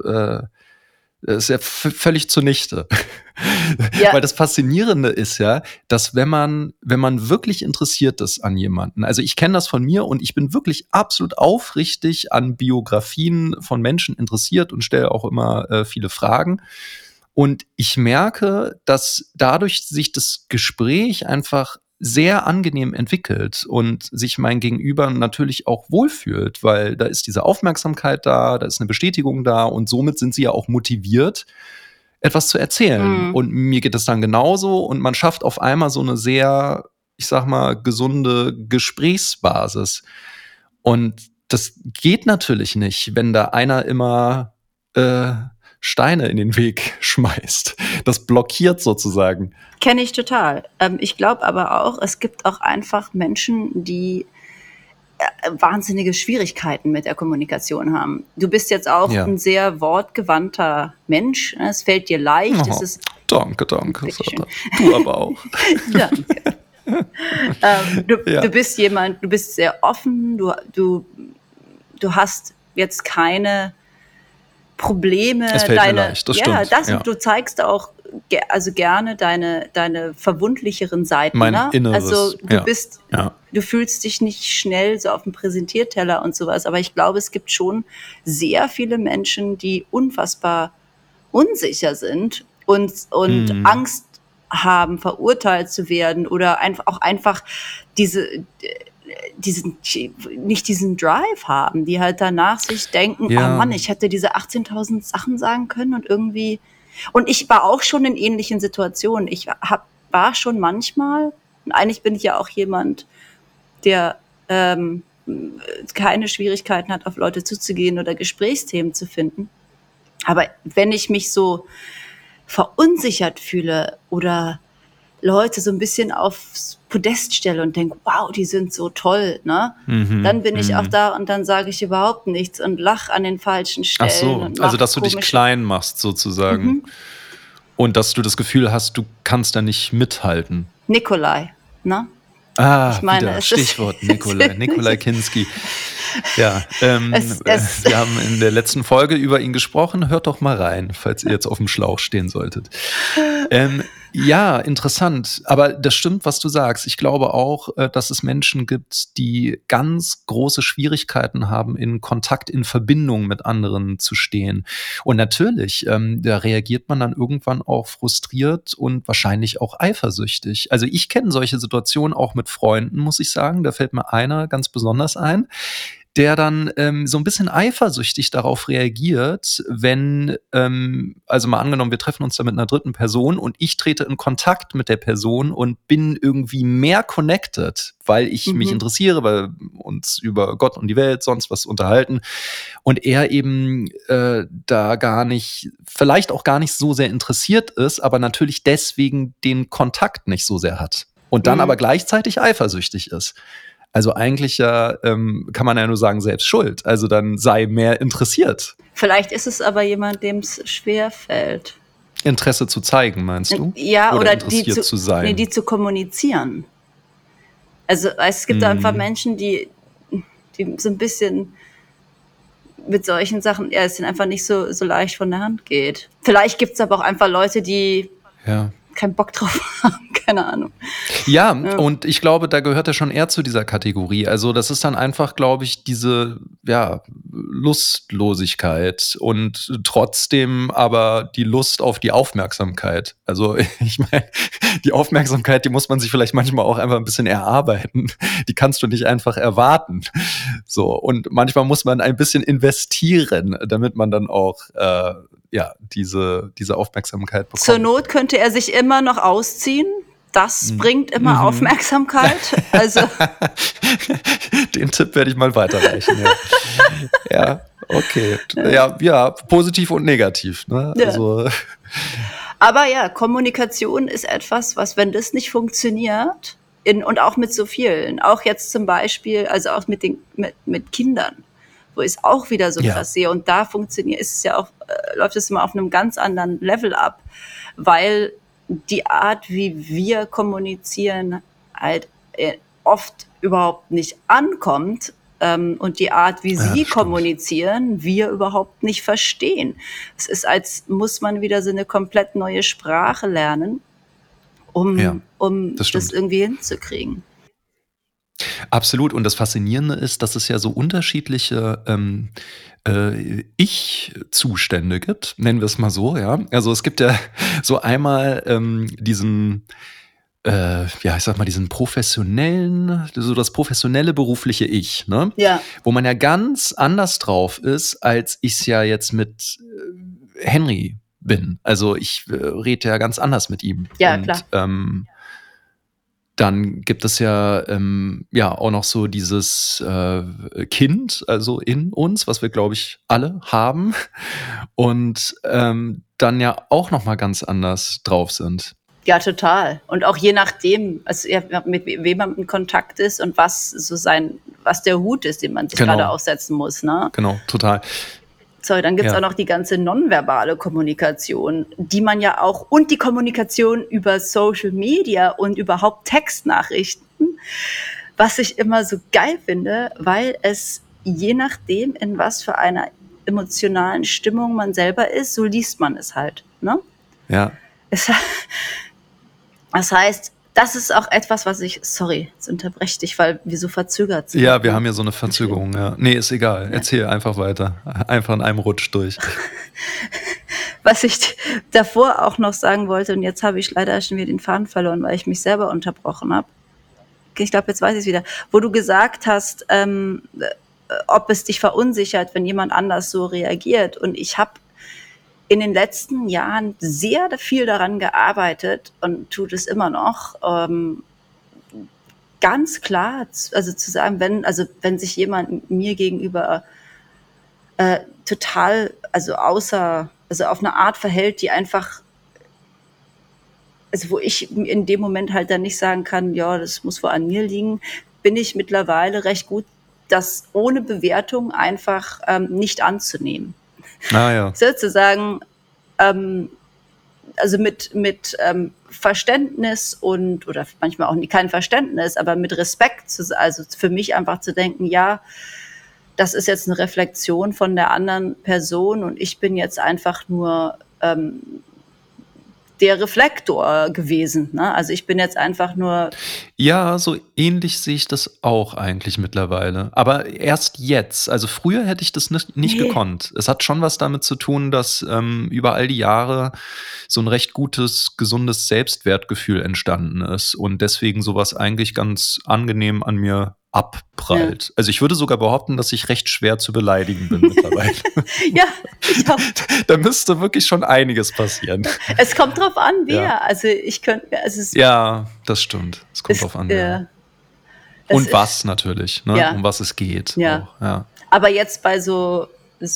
Speaker 2: ist ja völlig zunichte. Ja. Weil das Faszinierende ist ja, dass wenn man wirklich interessiert ist an jemanden, also ich kenne das von mir und ich bin wirklich absolut aufrichtig an Biografien von Menschen interessiert und stelle auch immer viele Fragen. Und ich merke, dass dadurch sich das Gespräch einfach sehr angenehm entwickelt und sich mein Gegenüber natürlich auch wohlfühlt, weil da ist diese Aufmerksamkeit da ist eine Bestätigung da und somit sind sie ja auch motiviert, etwas zu erzählen. Und mir geht es dann genauso und man schafft auf einmal so eine sehr, ich sag mal, gesunde Gesprächsbasis. Und das geht natürlich nicht, wenn da einer immer Steine in den Weg schmeißt. Das blockiert sozusagen.
Speaker 1: Kenne ich total. Ich glaube aber auch, es gibt auch einfach Menschen, die wahnsinnige Schwierigkeiten mit der Kommunikation haben. Du bist jetzt auch ein sehr wortgewandter Mensch. Es fällt dir leicht.
Speaker 2: Oh, danke. Du aber auch.
Speaker 1: Danke. Du bist jemand, du bist sehr offen, du hast jetzt keine Probleme.
Speaker 2: Es fällt mir leicht, das stimmt.
Speaker 1: Du zeigst auch gerne deine verwundlicheren Seiten.
Speaker 2: Mein
Speaker 1: ne?
Speaker 2: Inneres.
Speaker 1: Also du fühlst dich nicht schnell so auf dem Präsentierteller und sowas, aber ich glaube, es gibt schon sehr viele Menschen, die unfassbar unsicher sind und Angst haben, verurteilt zu werden oder einfach nicht diesen Drive haben, die halt danach sich denken, oh Mann, ich hätte diese 18.000 Sachen sagen können und irgendwie. Und ich war auch schon in ähnlichen Situationen. Ich war schon manchmal, und eigentlich bin ich ja auch jemand, der keine Schwierigkeiten hat, auf Leute zuzugehen oder Gesprächsthemen zu finden. Aber wenn ich mich so verunsichert fühle oder Leute so ein bisschen aufs Podest stelle und denke, wow, die sind so toll, ne? Dann bin ich auch da und dann sage ich überhaupt nichts und lache an den falschen Stellen.
Speaker 2: Ach so, also dass du dich klein machst sozusagen. Und dass du das Gefühl hast, du kannst da nicht mithalten.
Speaker 1: Nikolai, ne?
Speaker 2: Ich meine, wieder Stichwort Nikolai Kinski. Ja, wir haben in der letzten Folge über ihn gesprochen. Hört doch mal rein, falls ihr jetzt auf dem Schlauch stehen solltet. Ja, interessant. Aber das stimmt, was du sagst. Ich glaube auch, dass es Menschen gibt, die ganz große Schwierigkeiten haben, in Kontakt, in Verbindung mit anderen zu stehen. Und natürlich, da reagiert man dann irgendwann auch frustriert und wahrscheinlich auch eifersüchtig. Also ich kenne solche Situationen auch mit Freunden, muss ich sagen. Da fällt mir einer ganz besonders ein, der dann so ein bisschen eifersüchtig darauf reagiert, wenn, also mal angenommen, wir treffen uns da mit einer dritten Person und ich trete in Kontakt mit der Person und bin irgendwie mehr connected, weil ich mich interessiere, weil uns über Gott und die Welt sonst was unterhalten und er eben da gar nicht, vielleicht auch gar nicht so sehr interessiert ist, aber natürlich deswegen den Kontakt nicht so sehr hat und dann aber gleichzeitig eifersüchtig ist. Also eigentlich kann man ja nur sagen, selbst schuld. Also dann sei mehr interessiert.
Speaker 1: Vielleicht ist es aber jemand, dem es schwer fällt.
Speaker 2: Interesse zu zeigen, meinst du?
Speaker 1: Ja, oder
Speaker 2: interessiert zu sein.
Speaker 1: Nee, die zu kommunizieren. Also es gibt einfach Menschen, die so ein bisschen mit solchen Sachen, es sind einfach nicht so leicht von der Hand geht. Vielleicht gibt es aber auch einfach Leute, die keinen Bock drauf haben. Keine Ahnung.
Speaker 2: Ja, und ich glaube, da gehört er schon eher zu dieser Kategorie. Also das ist dann einfach, glaube ich, diese Lustlosigkeit und trotzdem aber die Lust auf die Aufmerksamkeit. Also ich meine, die Aufmerksamkeit, die muss man sich vielleicht manchmal auch einfach ein bisschen erarbeiten. Die kannst du nicht einfach erwarten. So, und manchmal muss man ein bisschen investieren, damit man dann auch diese Aufmerksamkeit bekommt.
Speaker 1: Zur Not könnte er sich immer noch ausziehen. Das bringt immer Aufmerksamkeit. Also
Speaker 2: den Tipp werde ich mal weiterreichen. Ja, okay. Ja, positiv und negativ. Ne?
Speaker 1: Ja.
Speaker 2: Also.
Speaker 1: Aber ja, Kommunikation ist etwas, was, wenn das nicht funktioniert, und auch mit so vielen, auch jetzt zum Beispiel, also auch mit Kindern, wo ich es auch wieder so krass sehe. Und da läuft es immer auf einem ganz anderen Level ab, weil die Art, wie wir kommunizieren, halt oft überhaupt nicht ankommt und die Art, wie sie kommunizieren, wir überhaupt nicht verstehen. Es ist, als muss man wieder so eine komplett neue Sprache lernen, um das irgendwie hinzukriegen.
Speaker 2: Absolut. Und das Faszinierende ist, dass es ja so unterschiedliche Ich-Zustände gibt, nennen wir es mal so, ja. Also es gibt ja so einmal diesen professionellen, so das professionelle berufliche Ich, ne?
Speaker 1: Ja.
Speaker 2: Wo man ja ganz anders drauf ist, als ich es ja jetzt mit Henry bin. Also ich rede ja ganz anders mit ihm.
Speaker 1: Ja,
Speaker 2: und,
Speaker 1: klar.
Speaker 2: Dann gibt es ja, ja auch noch so dieses Kind, also in uns, was wir, glaube ich, alle haben und dann ja auch noch mal ganz anders drauf sind.
Speaker 1: Ja, total. Und auch je nachdem, also mit wem man in Kontakt ist und was der Hut ist, den man sich gerade aufsetzen muss. Ne?
Speaker 2: Genau, total.
Speaker 1: Sorry, dann gibt es auch noch die ganze nonverbale Kommunikation, die man ja auch, und die Kommunikation über Social Media und überhaupt Textnachrichten, was ich immer so geil finde, weil es je nachdem, in was für einer emotionalen Stimmung man selber ist, so liest man es halt. Ne?
Speaker 2: Ja.
Speaker 1: Das heißt, das ist auch etwas, was ich, sorry, jetzt unterbreche dich, weil wir so verzögert sind.
Speaker 2: Ja, wir haben ja so eine Verzögerung, ja. Nee, ist egal. Ja. Erzähl einfach weiter. Einfach in einem Rutsch durch.
Speaker 1: Was ich davor auch noch sagen wollte, und jetzt habe ich leider schon wieder den Faden verloren, weil ich mich selber unterbrochen habe. Ich glaube, jetzt weiß ich es wieder. Wo du gesagt hast, ob es dich verunsichert, wenn jemand anders so reagiert. Und ich habe in den letzten Jahren sehr viel daran gearbeitet und tut es immer noch, ganz klar, also zu sagen, wenn sich jemand mir gegenüber total, also auf eine Art verhält, die einfach, also wo ich in dem Moment halt dann nicht sagen kann, ja, das muss wohl an mir liegen, bin ich mittlerweile recht gut, das ohne Bewertung einfach nicht anzunehmen.
Speaker 2: Ah, ja.
Speaker 1: Sozusagen, also mit Verständnis oder manchmal auch kein Verständnis, aber mit Respekt, also für mich einfach zu denken, ja, das ist jetzt eine Reflexion von der anderen Person und ich bin jetzt einfach nur der Reflektor gewesen. Ne? Also ich bin jetzt einfach nur...
Speaker 2: Ja, so ähnlich sehe ich das auch eigentlich mittlerweile. Aber erst jetzt. Also früher hätte ich das nicht gekonnt. Es hat schon was damit zu tun, dass über all die Jahre so ein recht gutes, gesundes Selbstwertgefühl entstanden ist und deswegen sowas eigentlich ganz angenehm an mir abprallt. Ja. Also ich würde sogar behaupten, dass ich recht schwer zu beleidigen bin mittlerweile.
Speaker 1: Ja, ich auch.
Speaker 2: Da müsste wirklich schon einiges passieren.
Speaker 1: Es kommt drauf an, wer. Ja. Also ich könnte...
Speaker 2: ja, das stimmt. Es kommt drauf an, wer. Und was natürlich, ne? Um was es geht.
Speaker 1: Ja.
Speaker 2: Auch, ja.
Speaker 1: Aber jetzt bei also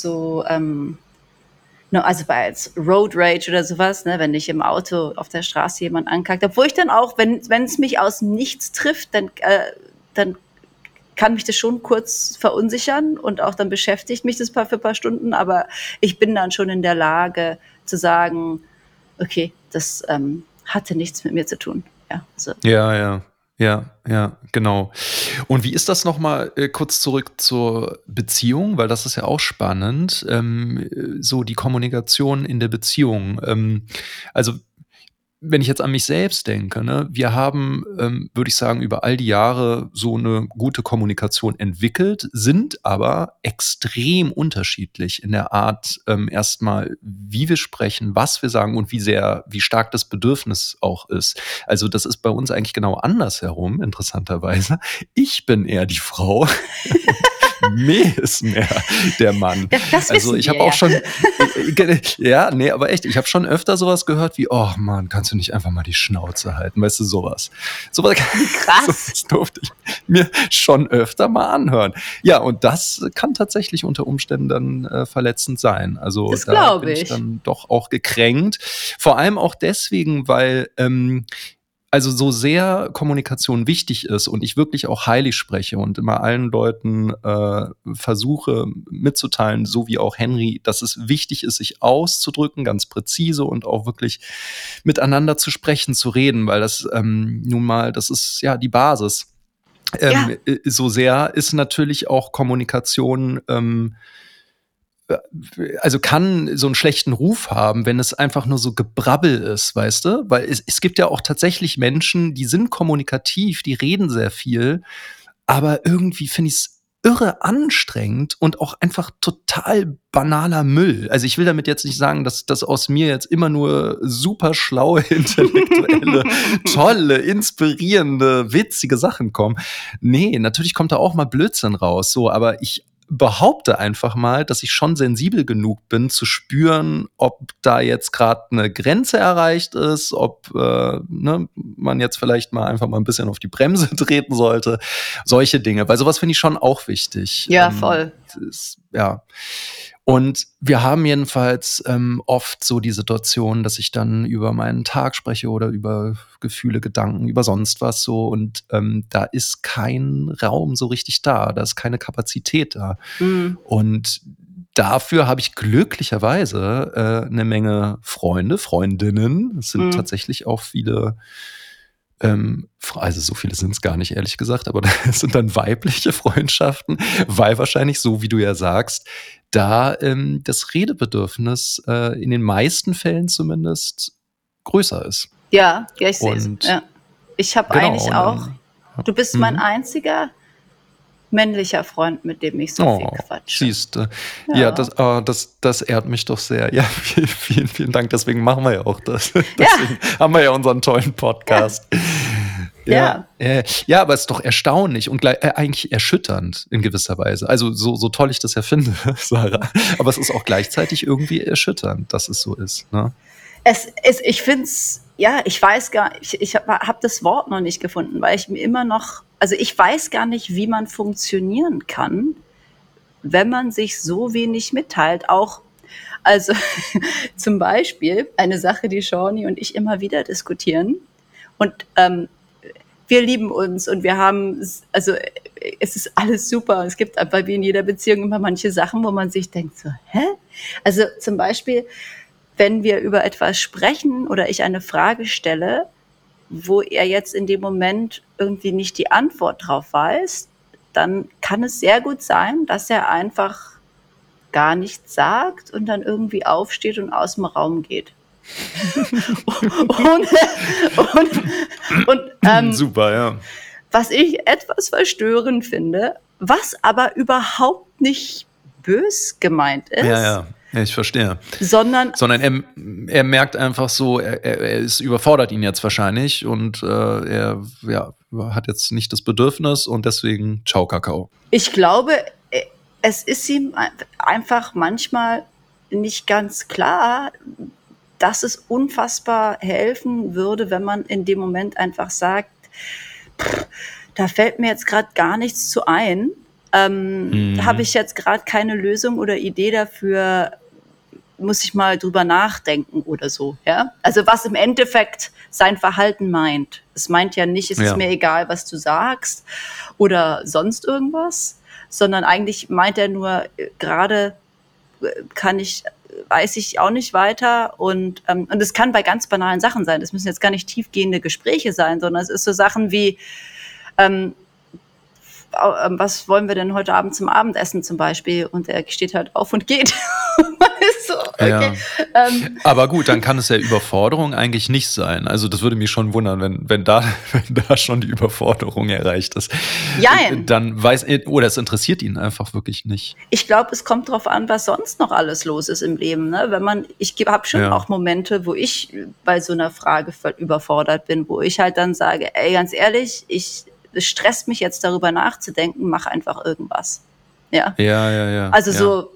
Speaker 1: bei jetzt Road Rage oder sowas, ne, wenn ich im Auto auf der Straße jemanden ankackt, obwohl ich dann auch, wenn es mich aus dem Nichts trifft, dann kann mich das schon kurz verunsichern und auch dann beschäftigt mich das für ein paar Stunden, aber ich bin dann schon in der Lage zu sagen, okay, das hatte nichts mit mir zu tun. Ja, also.
Speaker 2: Ja, genau. Und wie ist das nochmal kurz zurück zur Beziehung, weil das ist ja auch spannend, so die Kommunikation in der Beziehung. Also wenn ich jetzt an mich selbst denke, ne, wir haben, würde ich sagen, über all die Jahre so eine gute Kommunikation entwickelt, sind aber extrem unterschiedlich in der Art, erstmal, wie wir sprechen, was wir sagen und wie stark das Bedürfnis auch ist. Also das ist bei uns eigentlich genau andersherum, interessanterweise. Ich bin eher die Frau. Mehr ist mehr der Mann.
Speaker 1: Das
Speaker 2: also ich habe auch schon, ja, nee, aber echt, ich habe schon öfter sowas gehört wie, oh Mann, kannst du nicht einfach mal die Schnauze halten, weißt du, sowas.
Speaker 1: Krass.
Speaker 2: Sowas durfte ich mir schon öfter mal anhören. Ja, und das kann tatsächlich unter Umständen dann verletzend sein. Also
Speaker 1: das
Speaker 2: da bin ich dann doch auch gekränkt. Vor allem auch deswegen, weil also so sehr Kommunikation wichtig ist und ich wirklich auch heilig spreche und immer allen Leuten versuche mitzuteilen, so wie auch Henry, dass es wichtig ist, sich auszudrücken, ganz präzise und auch wirklich miteinander zu sprechen, zu reden, weil das nun mal, das ist ja die Basis. So sehr ist natürlich auch Kommunikation also kann so einen schlechten Ruf haben, wenn es einfach nur so Gebrabbel ist, weißt du? Weil es gibt ja auch tatsächlich Menschen, die sind kommunikativ, die reden sehr viel, aber irgendwie finde ich es irre anstrengend und auch einfach total banaler Müll. Also ich will damit jetzt nicht sagen, dass das aus mir jetzt immer nur super schlaue, intellektuelle, tolle, inspirierende, witzige Sachen kommen. Nee, natürlich kommt da auch mal Blödsinn raus, so, aber ich behaupte einfach mal, dass ich schon sensibel genug bin, zu spüren, ob da jetzt gerade eine Grenze erreicht ist, ob man jetzt vielleicht mal einfach mal ein bisschen auf die Bremse treten sollte. Solche Dinge, weil sowas finde ich schon auch wichtig.
Speaker 1: Ja, voll.
Speaker 2: Ja. Und wir haben jedenfalls oft so die Situation, dass ich dann über meinen Tag spreche oder über Gefühle, Gedanken, über sonst was so. Und da ist kein Raum so richtig da. Da ist keine Kapazität da.
Speaker 1: Mhm.
Speaker 2: Und dafür habe ich glücklicherweise eine Menge Freunde, Freundinnen. Es sind tatsächlich auch viele, also so viele sind es gar nicht, ehrlich gesagt, aber es sind dann weibliche Freundschaften, weil wahrscheinlich, so wie du ja sagst, da das Redebedürfnis in den meisten Fällen zumindest größer ist.
Speaker 1: Ja, ich sehe es. Ja. Ich habe
Speaker 2: Genau,
Speaker 1: eigentlich auch, du bist mein einziger männlicher Freund, mit dem ich so viel quatsche.
Speaker 2: Siehst du. Ja, das ehrt mich doch sehr. Ja, vielen, vielen Dank. Deswegen machen wir ja auch das. Deswegen haben wir ja unseren tollen Podcast. Ja, aber es ist doch erstaunlich und eigentlich erschütternd in gewisser Weise. Also so toll ich das ja finde, Sarah. Aber es ist auch gleichzeitig irgendwie erschütternd, dass es so ist. Ne?
Speaker 1: Ich finde es, ich weiß gar nicht, ich hab das Wort noch nicht gefunden, weil ich mir immer noch, also ich weiß gar nicht, wie man funktionieren kann, wenn man sich so wenig mitteilt. Auch, also zum Beispiel eine Sache, die Shawnee und ich immer wieder diskutieren. Und wir lieben uns und wir haben, also es ist alles super. Es gibt aber wie in jeder Beziehung immer manche Sachen, wo man sich denkt so, hä? Also zum Beispiel, wenn wir über etwas sprechen oder ich eine Frage stelle, wo er jetzt in dem Moment irgendwie nicht die Antwort drauf weiß, dann kann es sehr gut sein, dass er einfach gar nichts sagt und dann irgendwie aufsteht und aus dem Raum geht.
Speaker 2: Super, ja.
Speaker 1: Was ich etwas verstörend finde, was aber überhaupt nicht bös gemeint ist.
Speaker 2: Ja, ich verstehe.
Speaker 1: Sondern
Speaker 2: er merkt einfach so, er ist überfordert ihn jetzt wahrscheinlich und er hat jetzt nicht das Bedürfnis und deswegen ciao Kakao.
Speaker 1: Ich glaube, es ist ihm einfach manchmal nicht ganz klar, dass es unfassbar helfen würde, wenn man in dem Moment einfach sagt, da fällt mir jetzt gerade gar nichts zu ein. Habe ich jetzt gerade keine Lösung oder Idee dafür, muss ich mal drüber nachdenken oder so. Ja? Also was im Endeffekt sein Verhalten meint. Es meint ja nicht, es ist mir egal, was du sagst oder sonst irgendwas, sondern eigentlich meint er nur, gerade weiß ich auch nicht weiter und es kann bei ganz banalen Sachen sein. Das müssen jetzt gar nicht tiefgehende Gespräche sein, sondern es ist so Sachen wie, was wollen wir denn heute Abend zum Abendessen zum Beispiel? Und er steht halt auf und geht. So, okay.
Speaker 2: Ja. Aber gut, dann kann es ja Überforderung eigentlich nicht sein. Also das würde mich schon wundern, wenn da schon die Überforderung erreicht ist.
Speaker 1: Jein.
Speaker 2: Dann oder es interessiert ihn einfach wirklich nicht.
Speaker 1: Ich glaube, es kommt drauf an, was sonst noch alles los ist im Leben. Ne? Ich habe schon auch Momente, wo ich bei so einer Frage überfordert bin, wo ich halt dann sage, ey, ganz ehrlich, es stresst mich jetzt darüber nachzudenken, mach einfach irgendwas. Ja. Also so.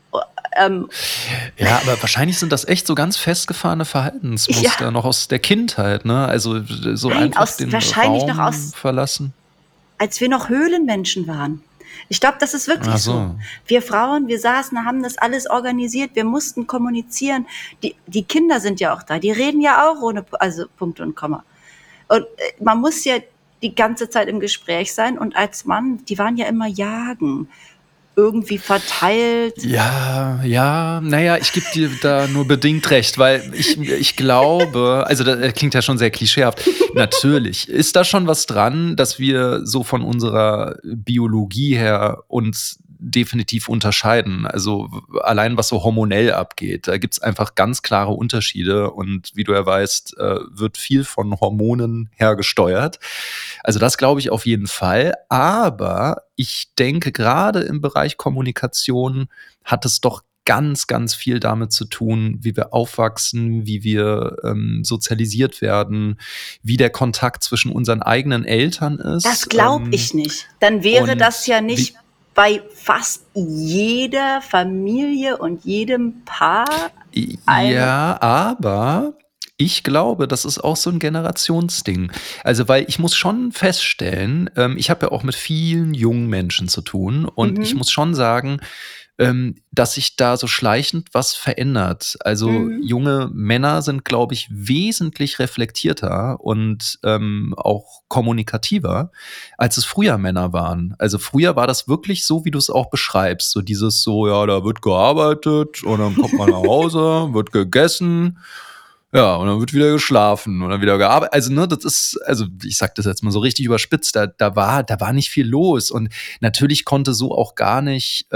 Speaker 2: Ja, aber wahrscheinlich sind das echt so ganz festgefahrene Verhaltensmuster noch aus der Kindheit, ne? Also so einfach den Raum verlassen.
Speaker 1: Als wir noch Höhlenmenschen waren. Ich glaube, das ist wirklich so. Wir Frauen, wir saßen, haben das alles organisiert, wir mussten kommunizieren. Die Kinder sind ja auch da, die reden ja auch ohne Punkt und Komma. Und man muss ja die ganze Zeit im Gespräch sein und als Mann, die waren ja immer jagen. Irgendwie verteilt.
Speaker 2: Ja, naja, ich gebe dir da nur bedingt recht, weil ich glaube, also das klingt ja schon sehr klischeehaft, natürlich ist da schon was dran, dass wir so von unserer Biologie her uns definitiv unterscheiden. Also allein was so hormonell abgeht, da gibt's einfach ganz klare Unterschiede und wie du ja weißt, wird viel von Hormonen her gesteuert. Also das glaube ich auf jeden Fall, aber ich denke gerade im Bereich Kommunikation hat es doch ganz, ganz viel damit zu tun, wie wir aufwachsen, wie wir sozialisiert werden, wie der Kontakt zwischen unseren eigenen Eltern ist.
Speaker 1: Das glaube ich nicht. Dann wäre das ja nicht bei fast jeder Familie und jedem Paar
Speaker 2: Ja, aber ich glaube, das ist auch so ein Generationsding. Also, weil ich muss schon feststellen, ich habe ja auch mit vielen jungen Menschen zu tun und ich muss schon sagen, dass sich da so schleichend was verändert. Also, junge Männer sind, glaube ich, wesentlich reflektierter und, auch kommunikativer, als es früher Männer waren. Also, früher war das wirklich so, wie du es auch beschreibst, so dieses so: „Ja, da wird gearbeitet und dann kommt man nach Hause, wird gegessen, ja, und dann wird wieder geschlafen und dann wieder gearbeitet." Also, ne, das ist, also, ich sage das jetzt mal so richtig überspitzt, da war nicht viel los und natürlich konnte so auch gar nicht,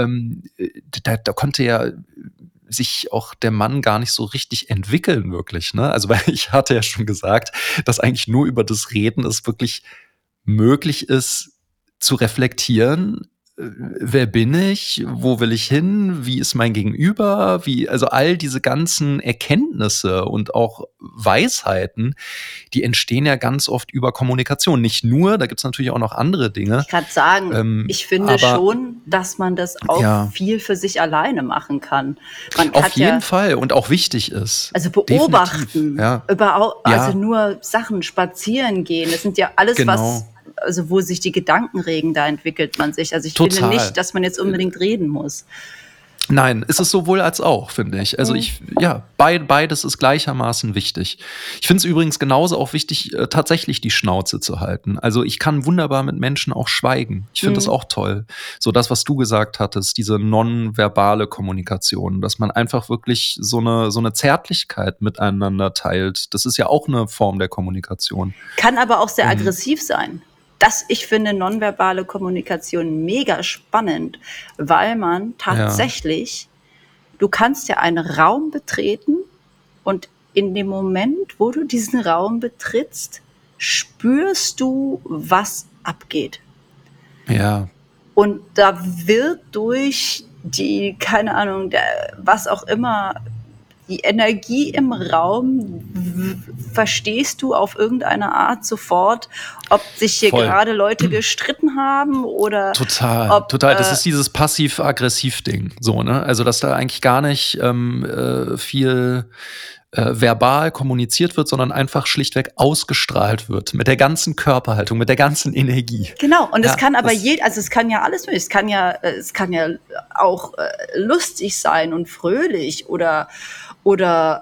Speaker 2: da konnte ja sich auch der Mann gar nicht so richtig entwickeln wirklich, ne? Also, weil ich hatte ja schon gesagt, dass eigentlich nur über das Reden es wirklich möglich ist, zu reflektieren, wer bin ich, wo will ich hin, wie ist mein Gegenüber, also all diese ganzen Erkenntnisse und auch Weisheiten, die entstehen ja ganz oft über Kommunikation. Nicht nur, da gibt's natürlich auch noch andere Dinge.
Speaker 1: Ich kann sagen, ich finde
Speaker 2: aber
Speaker 1: schon, dass man das auch
Speaker 2: ja,
Speaker 1: viel für sich alleine machen kann. Man
Speaker 2: auf
Speaker 1: hat
Speaker 2: jeden
Speaker 1: ja,
Speaker 2: Fall und auch wichtig ist.
Speaker 1: also
Speaker 2: Definitiv,
Speaker 1: beobachten,
Speaker 2: ja.
Speaker 1: also
Speaker 2: Ja,
Speaker 1: nur Sachen spazieren gehen. Das sind ja alles,
Speaker 2: genau.
Speaker 1: also wo sich die Gedanken regen, da entwickelt man sich. Also ich finde
Speaker 2: Total.
Speaker 1: nicht, dass man jetzt unbedingt reden muss.
Speaker 2: Nein, ist es sowohl als auch, finde ich. Also ja, beides ist gleichermaßen wichtig. Ich finde es übrigens genauso auch wichtig, tatsächlich die Schnauze zu halten. Also ich kann wunderbar mit Menschen auch schweigen. Ich finde das auch toll. So das, was du gesagt hattest, diese nonverbale Kommunikation, dass man einfach wirklich so eine Zärtlichkeit miteinander teilt. Das ist ja auch eine Form der Kommunikation.
Speaker 1: Kann aber auch sehr aggressiv sein. Ich finde nonverbale Kommunikation mega spannend, weil man
Speaker 2: Ja,
Speaker 1: tatsächlich, du kannst ja einen Raum betreten und in dem Moment, wo du diesen Raum betrittst, spürst du, was abgeht.
Speaker 2: ja,
Speaker 1: Und da wird durch keine Ahnung, was auch immer, die Energie im Raum verstehst du auf irgendeine Art sofort, ob sich hier
Speaker 2: voll.
Speaker 1: gerade Leute gestritten haben oder
Speaker 2: Total,
Speaker 1: ob,
Speaker 2: total. Das ist dieses Passiv-Aggressiv-Ding, so, ne? Also, dass da eigentlich gar nicht viel verbal kommuniziert wird, sondern einfach schlichtweg ausgestrahlt wird mit der ganzen Körperhaltung, mit der ganzen Energie.
Speaker 1: genau. Und es
Speaker 2: Ja,
Speaker 1: kann aber
Speaker 2: das,
Speaker 1: also es kann ja alles möglich. Es kann ja auch lustig sein und fröhlich oder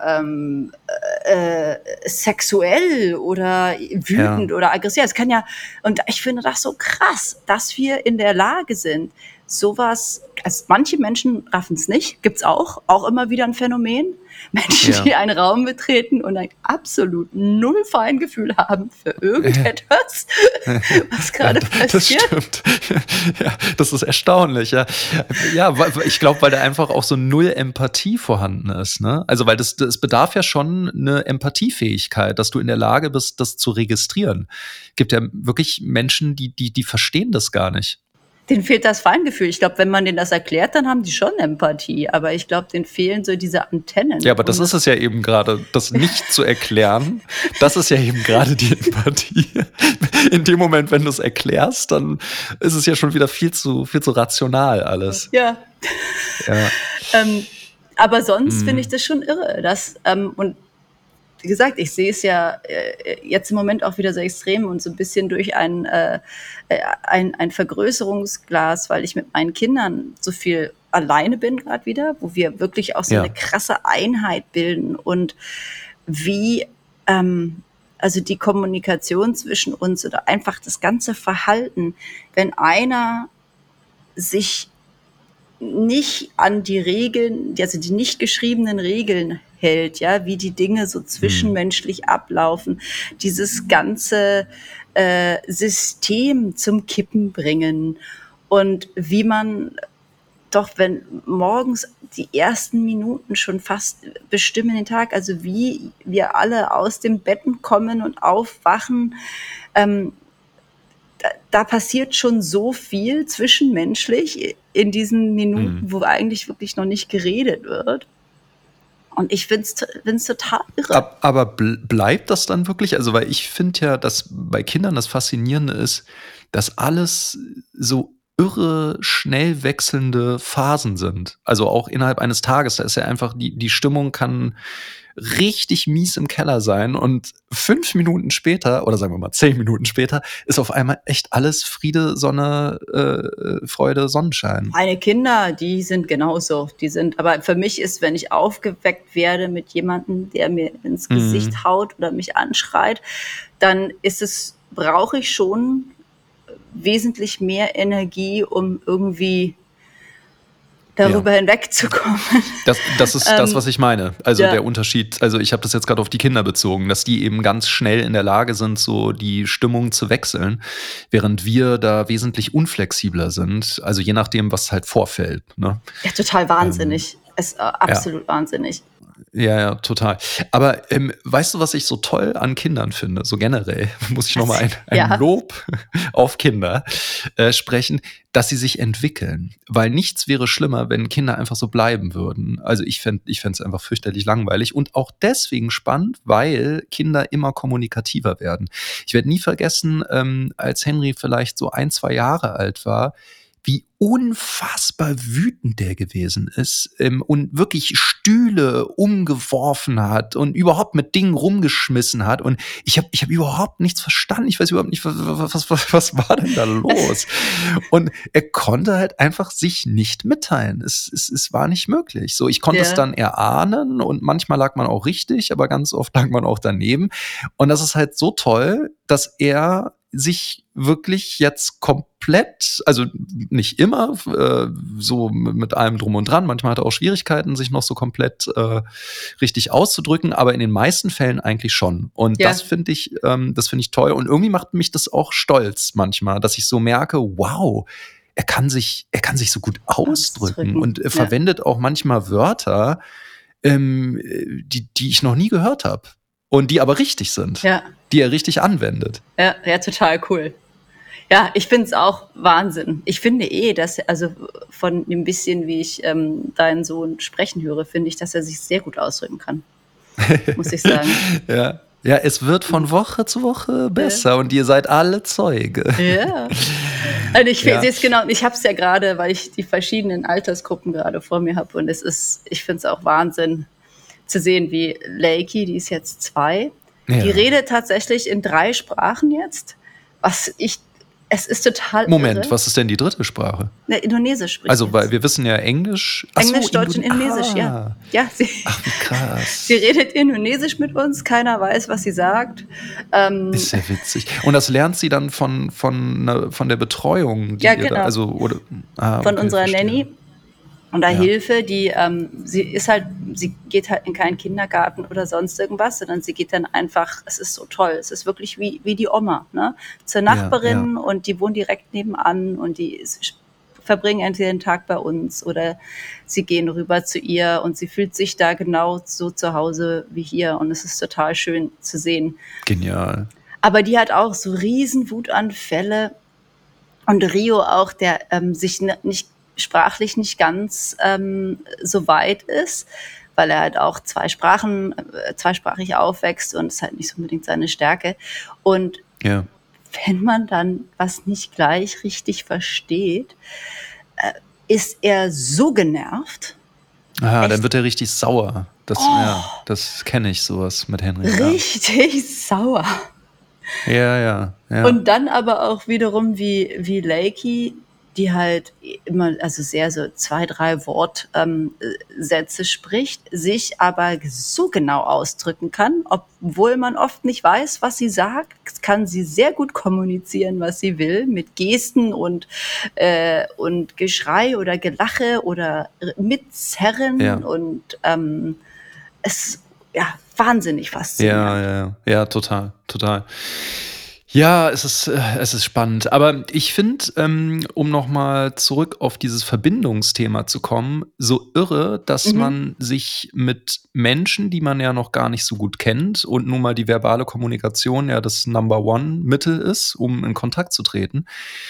Speaker 1: sexuell oder
Speaker 2: ja,
Speaker 1: wütend oder aggressiv. Es kann ja, und ich finde das so krass, dass wir in der Lage sind, sowas, also manche Menschen raffen es nicht, gibt's auch immer wieder ein Phänomen. Menschen,
Speaker 2: ja.
Speaker 1: die einen Raum betreten und ein absolut null Feingefühl haben für irgendetwas, was
Speaker 2: Ja,
Speaker 1: gerade
Speaker 2: das
Speaker 1: passiert.
Speaker 2: stimmt. Ja, das ist erstaunlich, ja. Ja, ich glaube, weil da einfach auch so null Empathie vorhanden ist, ne? Also, weil das bedarf ja schon eine Empathiefähigkeit, dass du in der Lage bist, das zu registrieren. Gibt ja wirklich Menschen, die verstehen das gar nicht.
Speaker 1: Denen fehlt das Feingefühl. Ich glaube, wenn man denen das erklärt, dann haben die schon Empathie. Aber ich glaube, denen fehlen so diese
Speaker 2: Ja,
Speaker 1: Antennen.
Speaker 2: aber das ist es ja eben gerade, das nicht zu erklären, das ist ja eben gerade die Empathie. In dem Moment, wenn du es erklärst, dann ist es ja schon wieder viel zu rational alles.
Speaker 1: Ja.
Speaker 2: Ja.
Speaker 1: Aber sonst finde ich das schon irre. Und wie gesagt, ich sehe es ja jetzt im Moment auch wieder so extrem und so ein bisschen durch ein Vergrößerungsglas, weil ich mit meinen Kindern so viel alleine bin gerade wieder, wo wir wirklich auch so
Speaker 2: Ja.
Speaker 1: eine krasse Einheit bilden und wie also die Kommunikation zwischen uns oder einfach das ganze Verhalten, wenn einer sich nicht an die Regeln, also die nicht geschriebenen Regeln hält, ja, wie die Dinge so zwischenmenschlich ablaufen, dieses ganze System zum Kippen bringen und wie man doch, wenn morgens die ersten Minuten schon fast bestimmen den Tag, also wie wir alle aus dem Betten kommen und aufwachen, da passiert schon so viel zwischenmenschlich in diesen Minuten, wo eigentlich wirklich noch nicht geredet wird. Und ich find's total irre.
Speaker 2: Aber bleibt das dann wirklich? Also, weil ich finde ja, dass bei Kindern das Faszinierende ist, dass alles so irre schnell wechselnde Phasen sind. Also auch innerhalb eines Tages. Da ist ja einfach, die Stimmung kann richtig mies im Keller sein und 5 Minuten später, oder sagen wir mal 10 Minuten später, ist auf einmal echt alles Friede, Sonne, Freude, Sonnenschein.
Speaker 1: Meine Kinder, die sind genauso. Aber für mich ist, wenn ich aufgeweckt werde mit jemandem, der mir ins Gesicht haut oder mich anschreit, dann brauche ich schon wesentlich mehr Energie, um irgendwie darüber hinwegzukommen.
Speaker 2: Das ist das, was ich meine. Also der Unterschied, also ich habe das jetzt gerade auf die Kinder bezogen, dass die eben ganz schnell in der Lage sind, so die Stimmung zu wechseln, während wir da wesentlich unflexibler sind, also je nachdem, was halt vorfällt. Ne?
Speaker 1: Ja, total wahnsinnig. Absolut wahnsinnig.
Speaker 2: Ja, total. Aber weißt du, was ich so toll an Kindern finde? So generell muss ich nochmal ein Lob auf Kinder sprechen, dass sie sich entwickeln. Weil nichts wäre schlimmer, wenn Kinder einfach so bleiben würden. Also ich fände es einfach fürchterlich langweilig und auch deswegen spannend, weil Kinder immer kommunikativer werden. Ich werde nie vergessen, als Henry vielleicht so 1, 2 Jahre alt war, wie unfassbar wütend der gewesen ist und wirklich Stühle umgeworfen hat und überhaupt mit Dingen rumgeschmissen hat. Und ich hab überhaupt nichts verstanden. Ich weiß überhaupt nicht, was war denn da los? Und er konnte halt einfach sich nicht mitteilen. Es war nicht möglich. So, ich konnte es dann erahnen und manchmal lag man auch richtig, aber ganz oft lag man auch daneben. Und das ist halt so toll, dass er sich wirklich jetzt komplett, also nicht immer, so mit allem drum und dran, manchmal hat er auch Schwierigkeiten, sich noch so komplett richtig auszudrücken, aber in den meisten Fällen eigentlich schon. Und das finde ich toll und irgendwie macht mich das auch stolz manchmal, dass ich so merke, wow, er kann sich so gut ausdrücken und verwendet auch manchmal Wörter, die ich noch nie gehört habe. Und die aber richtig sind, die er richtig anwendet.
Speaker 1: Ja, total cool. Ja, ich finde es auch Wahnsinn. Ich finde dass also von dem bisschen, wie ich deinen Sohn sprechen höre, finde ich, dass er sich sehr gut ausdrücken kann. Muss ich sagen.
Speaker 2: Ja, es wird von Woche zu Woche besser und ihr seid alle Zeuge.
Speaker 1: Ja. Also ich sehe es genau, ich habe es ja gerade, weil ich die verschiedenen Altersgruppen gerade vor mir habe und ich finde es auch Wahnsinn zu sehen, wie Lakey, die ist jetzt 2, die redet tatsächlich in 3 Sprachen jetzt, es ist total
Speaker 2: Moment,
Speaker 1: irre.
Speaker 2: Was ist denn die 3. Sprache?
Speaker 1: Indonesisch spricht
Speaker 2: Also, weil wir wissen ja Englisch.
Speaker 1: Englisch, Deutsch und Indonesisch,
Speaker 2: ja, ach, wie krass.
Speaker 1: Sie redet Indonesisch mit uns, keiner weiß, was sie sagt.
Speaker 2: Ist ja witzig. Und das lernt sie dann von der Betreuung?
Speaker 1: Genau. Von unserer Nanny. Und da Hilfe, sie geht halt in keinen Kindergarten oder sonst irgendwas, sondern sie geht dann einfach, es ist so toll, es ist wirklich wie die Oma, ne? Zur Nachbarin und die wohnt direkt nebenan und die verbringen entweder den Tag bei uns oder sie gehen rüber zu ihr und sie fühlt sich da genau so zu Hause wie hier und es ist total schön zu sehen.
Speaker 2: Genial.
Speaker 1: Aber die hat auch so riesen Wutanfälle und Rio auch, der sich sprachlich nicht ganz so weit ist, weil er halt auch zweisprachig aufwächst und ist halt nicht so unbedingt seine Stärke. Und wenn man dann was nicht gleich richtig versteht, ist er so genervt.
Speaker 2: Dann wird er richtig sauer. Das kenne ich, sowas mit Henry.
Speaker 1: Richtig sauer.
Speaker 2: Ja.
Speaker 1: Und dann aber auch wiederum wie Lakey, die halt immer, also sehr so 2, 3 Wortsätze spricht, sich aber so genau ausdrücken kann, obwohl man oft nicht weiß, was sie sagt, kann sie sehr gut kommunizieren, was sie will, mit Gesten und Geschrei oder Gelache oder Mitzerren und es wahnsinnig faszinierend.
Speaker 2: Ja, total. Ja, es ist spannend. Aber ich finde, um nochmal zurück auf dieses Verbindungsthema zu kommen, so irre, dass man sich mit Menschen, die man ja noch gar nicht so gut kennt und nun mal die verbale Kommunikation ja das Number-One-Mittel ist, um in Kontakt zu treten,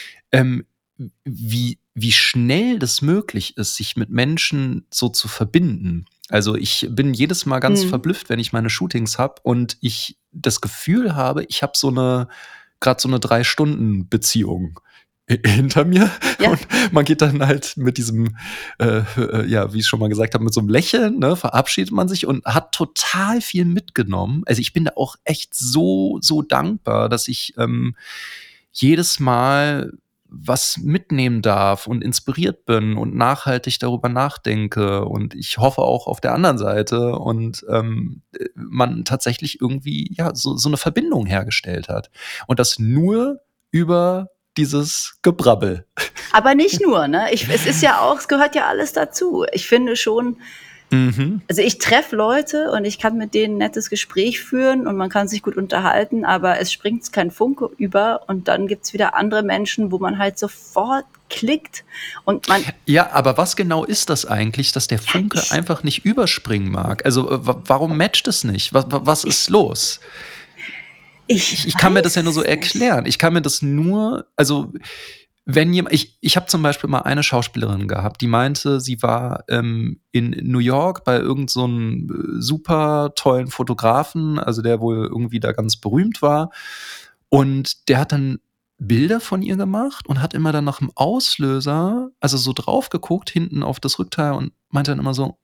Speaker 2: wie schnell das möglich ist, sich mit Menschen so zu verbinden. Also ich bin jedes Mal ganz verblüfft, wenn ich meine Shootings habe und ich das Gefühl habe, ich habe gerade so eine 3-Stunden-Beziehung hinter mir
Speaker 1: Ja.
Speaker 2: und man geht dann halt mit diesem, ja, wie ich schon mal gesagt habe, mit so einem Lächeln, ne, verabschiedet man sich und hat total viel mitgenommen. Also ich bin da auch echt so dankbar, dass ich jedes Mal was mitnehmen darf und inspiriert bin und nachhaltig darüber nachdenke. Und ich hoffe auch auf der anderen Seite und man tatsächlich irgendwie ja so eine Verbindung hergestellt hat. Und das nur über dieses Gebrabbel.
Speaker 1: Aber nicht nur, ne? Es ist ja auch, es gehört ja alles dazu. Ich finde schon, also ich treffe Leute und ich kann mit denen ein nettes Gespräch führen und man kann sich gut unterhalten, aber es springt kein Funke über und dann gibt's wieder andere Menschen, wo man halt sofort klickt und man...
Speaker 2: Ja, aber was genau ist das eigentlich, dass der Funke einfach nicht überspringen mag? Also warum matcht es nicht? Was ist los? Ich kann mir das ja nur so erklären. Ich kann mir das nur, also wenn jemand, ich habe zum Beispiel mal eine Schauspielerin gehabt, die meinte, sie war in New York bei irgend so einem super tollen Fotografen, also der wohl irgendwie da ganz berühmt war. Und der hat dann Bilder von ihr gemacht und hat immer dann nach dem Auslöser, also so drauf geguckt, hinten auf das Rückteil und meinte dann immer so,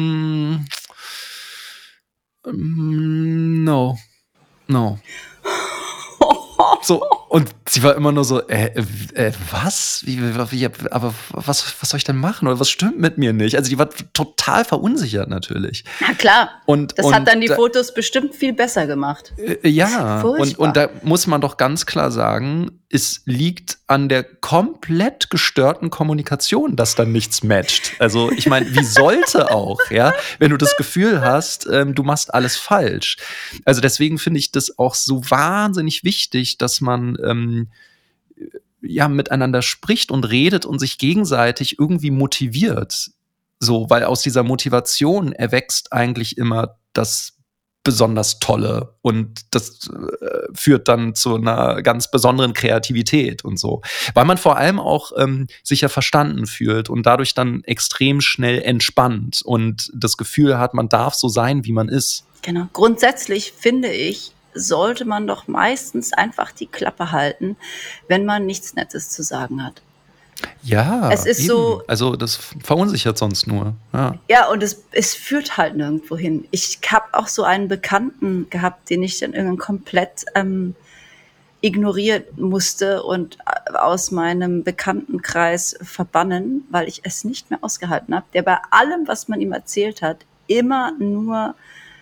Speaker 2: no. So, und sie war immer nur so, was? Aber was soll ich denn machen? Oder was stimmt mit mir nicht? Also die war total verunsichert natürlich.
Speaker 1: Na klar, das hat dann die
Speaker 2: da,
Speaker 1: Fotos bestimmt viel besser gemacht.
Speaker 2: ja, und da muss man doch ganz klar sagen, es liegt an der komplett gestörten Kommunikation, dass dann nichts matcht. Also ich meine, wie sollte auch, ja, wenn du das Gefühl hast, du machst alles falsch. Also deswegen finde ich das auch so wahnsinnig wichtig, dass man ja miteinander spricht und redet und sich gegenseitig irgendwie motiviert. So, weil aus dieser Motivation erwächst eigentlich immer das besonders Tolle und das führt dann zu einer ganz besonderen Kreativität und so. Weil man vor allem auch sich ja verstanden fühlt und dadurch dann extrem schnell entspannt und das Gefühl hat, man darf so sein, wie man ist.
Speaker 1: Genau. Grundsätzlich finde ich, sollte man doch meistens einfach die Klappe halten, wenn man nichts Nettes zu sagen hat.
Speaker 2: Ja,
Speaker 1: es ist eben so.
Speaker 2: Also das verunsichert sonst nur.
Speaker 1: Ja, und es führt halt nirgendwo hin. Ich habe auch so einen Bekannten gehabt, den ich dann irgendwie komplett ignorieren musste und aus meinem Bekanntenkreis verbannen, weil ich es nicht mehr ausgehalten habe. Der bei allem, was man ihm erzählt hat, immer nur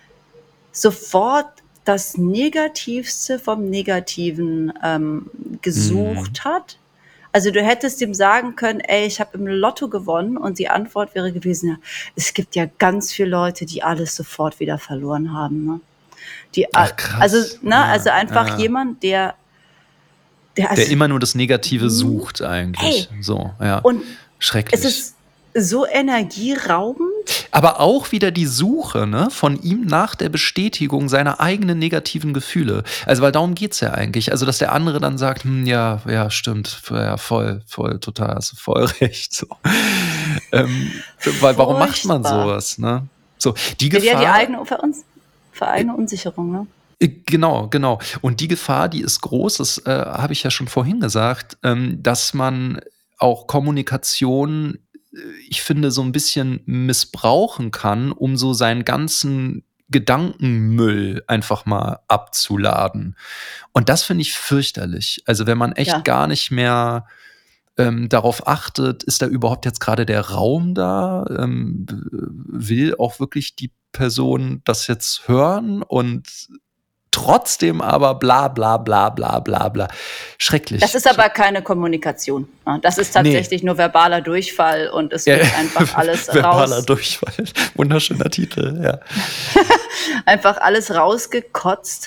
Speaker 1: sofort das Negativste vom Negativen gesucht hat. Also du hättest ihm sagen können, ey, ich habe im Lotto gewonnen und die Antwort wäre gewesen, ja, es gibt ja ganz viele Leute, die alles sofort wieder verloren haben. Ne?
Speaker 2: Ach, krass.
Speaker 1: Also einfach jemand, der
Speaker 2: immer nur das Negative sucht eigentlich.
Speaker 1: Ey,
Speaker 2: so, ja.
Speaker 1: Und
Speaker 2: schrecklich.
Speaker 1: Es ist so energieraubend.
Speaker 2: Aber auch wieder die Suche, ne, von ihm nach der Bestätigung seiner eigenen negativen Gefühle. Also, weil darum geht's ja eigentlich. Also, dass der andere dann sagt, ja, stimmt, ja, voll, total, hast du voll recht. So. Weil warum macht man sowas, ne? So, die Gefahr.
Speaker 1: Ja, die eigene Unsicherung, ne?
Speaker 2: Genau. Und die Gefahr, die ist groß, das habe ich ja schon vorhin gesagt, dass man auch Kommunikation, ich finde, so ein bisschen missbrauchen kann, um so seinen ganzen Gedankenmüll einfach mal abzuladen. Und das finde ich fürchterlich. Also wenn man echt gar nicht mehr darauf achtet, ist da überhaupt jetzt gerade der Raum da? Will auch wirklich die Person das jetzt hören und trotzdem aber bla bla bla bla bla bla. Schrecklich.
Speaker 1: Das ist aber keine Kommunikation. Das ist tatsächlich nur verbaler Durchfall und es wird einfach alles
Speaker 2: verbaler Durchfall. Wunderschöner Titel, ja.
Speaker 1: Einfach alles rausgekotzt.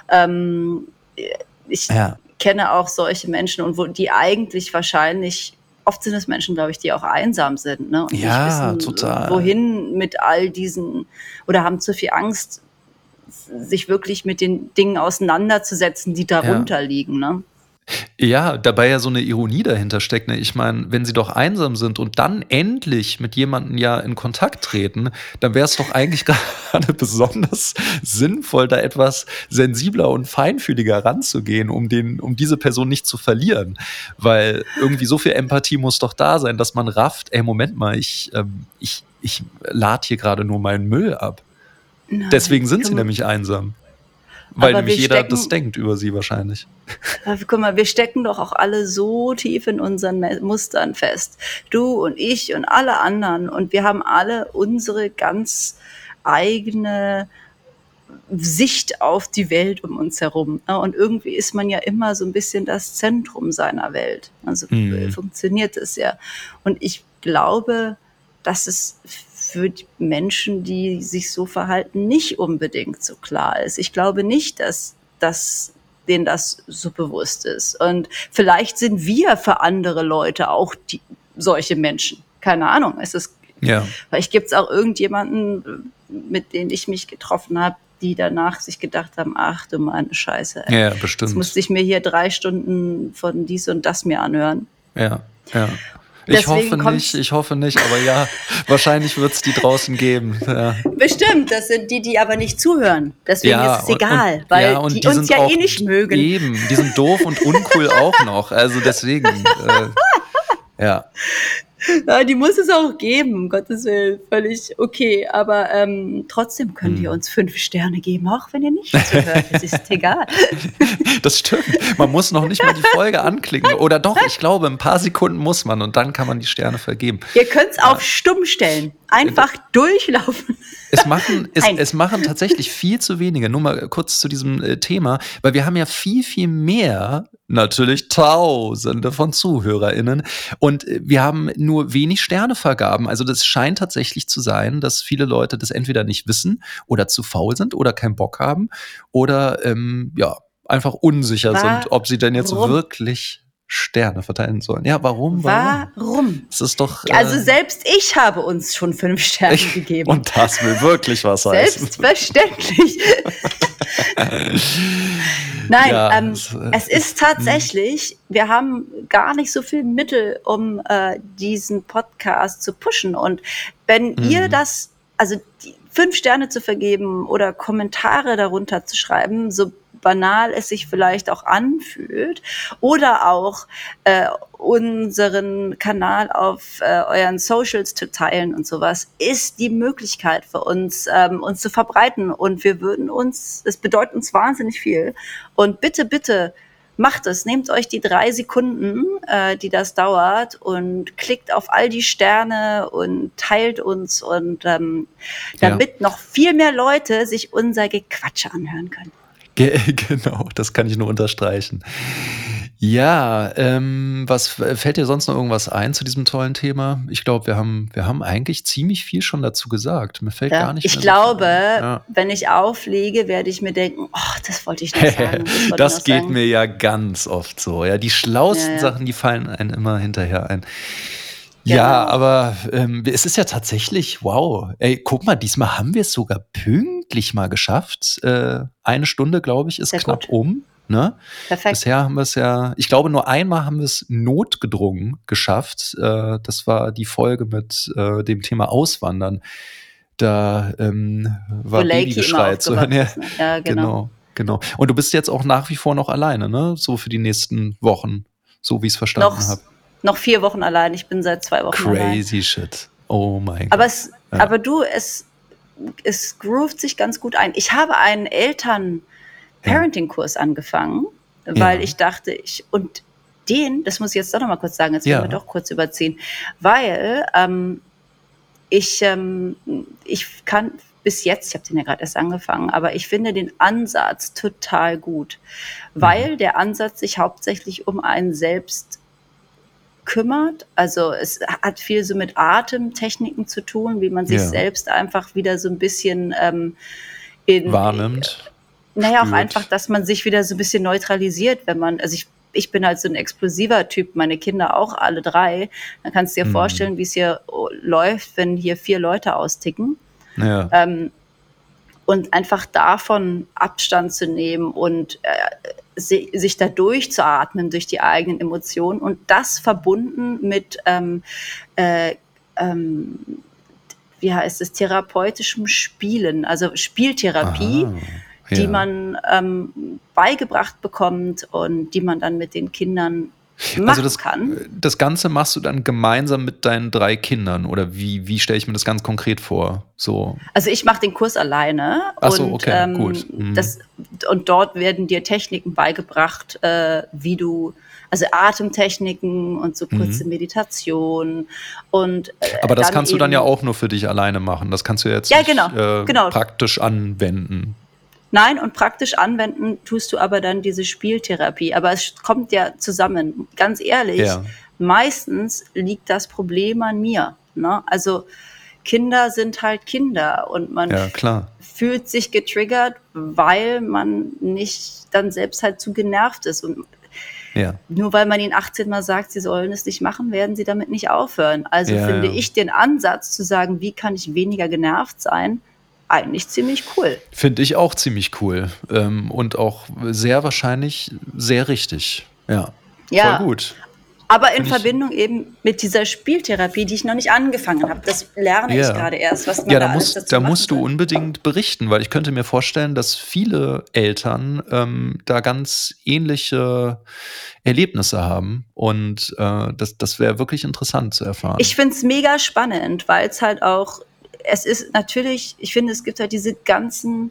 Speaker 1: Ich kenne auch solche Menschen und die eigentlich wahrscheinlich, oft sind es Menschen, glaube ich, die auch einsam sind, ne? Und nicht wissen,
Speaker 2: total.
Speaker 1: Wohin mit all diesen, oder haben zu viel Angst, sich wirklich mit den Dingen auseinanderzusetzen, die darunter liegen, ne?
Speaker 2: Ja, dabei ja so eine Ironie dahinter steckt, ne? Ich meine, wenn sie doch einsam sind und dann endlich mit jemandem ja in Kontakt treten, dann wäre es doch eigentlich gerade besonders sinnvoll, da etwas sensibler und feinfühliger ranzugehen, um diese Person nicht zu verlieren. Weil irgendwie so viel Empathie muss doch da sein, dass man rafft, ey, Moment mal, ich lade hier gerade nur meinen Müll ab.
Speaker 1: Nein,
Speaker 2: Deswegen sind sie nämlich einsam. Weil
Speaker 1: aber
Speaker 2: nämlich jeder das denkt über sie wahrscheinlich.
Speaker 1: guck mal, wir stecken doch auch alle so tief in unseren Mustern fest. Du und ich und alle anderen. Und wir haben alle unsere ganz eigene Sicht auf die Welt um uns herum. Und irgendwie ist man ja immer so ein bisschen das Zentrum seiner Welt. Also funktioniert es ja. Und ich glaube, dass es für die Menschen, die sich so verhalten, nicht unbedingt so klar ist. Ich glaube nicht, dass denen das so bewusst ist. Und vielleicht sind wir für andere Leute auch solche Menschen. Keine Ahnung. Vielleicht gibt es auch irgendjemanden, mit dem ich mich getroffen habe, die danach sich gedacht haben, ach du meine Scheiße.
Speaker 2: Ja, bestimmt.
Speaker 1: Jetzt musste ich mir hier 3 Stunden von dies und das mir anhören.
Speaker 2: Ja. Ich hoffe nicht, aber ja, wahrscheinlich wird es die draußen geben. Ja.
Speaker 1: Bestimmt, das sind die aber nicht zuhören. Deswegen ist es egal, weil die uns ja eh nicht mögen.
Speaker 2: Eben, die sind doof und uncool auch noch. Also deswegen, ja.
Speaker 1: Ja, die muss es auch geben, um Gottes Willen, völlig okay. Aber trotzdem könnt ihr uns 5 Sterne geben, auch wenn ihr nicht zuhört. Es ist egal.
Speaker 2: Das stimmt. Man muss noch nicht mal die Folge anklicken. Oder doch, ich glaube, ein paar Sekunden muss man und dann kann man die Sterne vergeben.
Speaker 1: Ihr könnt es auf stumm stellen. Einfach durchlaufen.
Speaker 2: Es machen tatsächlich viel zu wenige. Nur mal kurz zu diesem Thema, weil wir haben ja viel, viel mehr, natürlich Tausende von ZuhörerInnen und wir haben nur wenig Sternevergaben. Also das scheint tatsächlich zu sein, dass viele Leute das entweder nicht wissen oder zu faul sind oder keinen Bock haben oder einfach unsicher sind, ob sie denn jetzt wirklich Sterne verteilen sollen. Ja, warum? Es ist doch.
Speaker 1: Also selbst ich habe uns schon 5 Sterne gegeben.
Speaker 2: Und das will wirklich was heißen.
Speaker 1: Selbstverständlich. Nein, es ist tatsächlich, wir haben gar nicht so viel Mittel, um diesen Podcast zu pushen. Und wenn ihr also die 5 Sterne zu vergeben oder Kommentare darunter zu schreiben, so banal es sich vielleicht auch anfühlt, oder auch unseren Kanal auf euren Socials zu teilen und sowas, ist die Möglichkeit für uns, uns zu verbreiten. Und es bedeutet uns wahnsinnig viel. Und bitte, bitte, macht es. Nehmt euch die 3 Sekunden, die das dauert, und klickt auf all die Sterne und teilt uns, und damit noch viel mehr Leute sich unser Gequatsche anhören können.
Speaker 2: Genau, das kann ich nur unterstreichen. Ja, was fällt dir sonst noch irgendwas ein zu diesem tollen Thema? Ich glaube, wir haben eigentlich ziemlich viel schon dazu gesagt. Mir fällt gar nicht mehr
Speaker 1: Ich glaube, wenn ich auflege, werde ich mir denken, das wollte ich noch sagen.
Speaker 2: Das geht mir ja ganz oft so. Ja, die schlauesten Sachen, die fallen einem immer hinterher ein. Genau. Ja, aber es ist ja tatsächlich, wow. Ey, guck mal, diesmal haben wir es sogar pünktlich mal geschafft. 1 Stunde, glaube ich, ist sehr knapp um. Ne?
Speaker 1: Perfekt.
Speaker 2: Bisher haben wir es ja, ich glaube, nur einmal haben wir es notgedrungen geschafft. Das war die Folge mit dem Thema Auswandern. Da war Babygeschrei zu hören.
Speaker 1: Ja, genau.
Speaker 2: Und du bist jetzt auch nach wie vor noch alleine, ne? So für die nächsten Wochen, so wie ich es verstanden habe.
Speaker 1: Noch 4 Wochen allein. Ich bin seit 2 Wochen allein.
Speaker 2: Crazy shit. Oh mein Gott.
Speaker 1: Aber du, es groovt sich ganz gut ein. Ich habe einen Parenting-Kurs angefangen, weil ich dachte, das muss ich jetzt doch noch mal kurz sagen, jetzt werden wir doch kurz überziehen, weil ich kann bis jetzt, ich habe den ja gerade erst angefangen, aber ich finde den Ansatz total gut, weil der Ansatz sich hauptsächlich um einen selbst kümmert. Also es hat viel so mit Atemtechniken zu tun, wie man sich selbst einfach wieder so ein bisschen
Speaker 2: wahrnimmt.
Speaker 1: Naja, auch einfach, dass man sich wieder so ein bisschen neutralisiert, wenn man, also ich bin halt so ein explosiver Typ, meine Kinder auch, alle 3. Dann kannst du dir vorstellen, wie es hier läuft, wenn hier 4 Leute austicken.
Speaker 2: Ja.
Speaker 1: und einfach davon Abstand zu nehmen und sich da durchzuatmen durch die eigenen Emotionen und das verbunden mit wie heißt es, therapeutischem Spielen, also Spieltherapie, die man beigebracht bekommt und die man dann mit den Kindern machen kann.
Speaker 2: Das Ganze machst du dann gemeinsam mit deinen 3 Kindern oder wie stelle ich mir das ganz konkret vor? So.
Speaker 1: Also ich mache den Kurs alleine.
Speaker 2: Ach so, okay, gut.
Speaker 1: Und dort werden dir Techniken beigebracht, wie du, also Atemtechniken und so kurze Meditation und
Speaker 2: aber das kannst du dann ja auch nur für dich alleine machen. Das kannst du jetzt nicht praktisch anwenden.
Speaker 1: Nein, und praktisch anwenden tust du aber dann diese Spieltherapie. Aber es kommt ja zusammen. Ganz ehrlich, meistens liegt das Problem an mir. Ne? Also Kinder sind halt Kinder und man fühlt sich getriggert, weil man nicht dann selbst halt zu genervt ist. Und nur weil man ihnen 18 Mal sagt, sie sollen es nicht machen, werden sie damit nicht aufhören. Also finde ich den Ansatz zu sagen, wie kann ich weniger genervt sein, eigentlich ziemlich cool.
Speaker 2: Finde ich auch ziemlich cool. Und auch sehr wahrscheinlich sehr richtig. Ja. Voll gut.
Speaker 1: Aber in Verbindung eben mit dieser Spieltherapie, die ich noch nicht angefangen habe. Das lerne ich gerade erst, was man
Speaker 2: da musst du unbedingt berichten, weil ich könnte mir vorstellen, dass viele Eltern da ganz ähnliche Erlebnisse haben und das wäre wirklich interessant zu erfahren.
Speaker 1: Ich finde es mega spannend, weil es halt auch es ist natürlich, ich finde, es gibt halt diese ganzen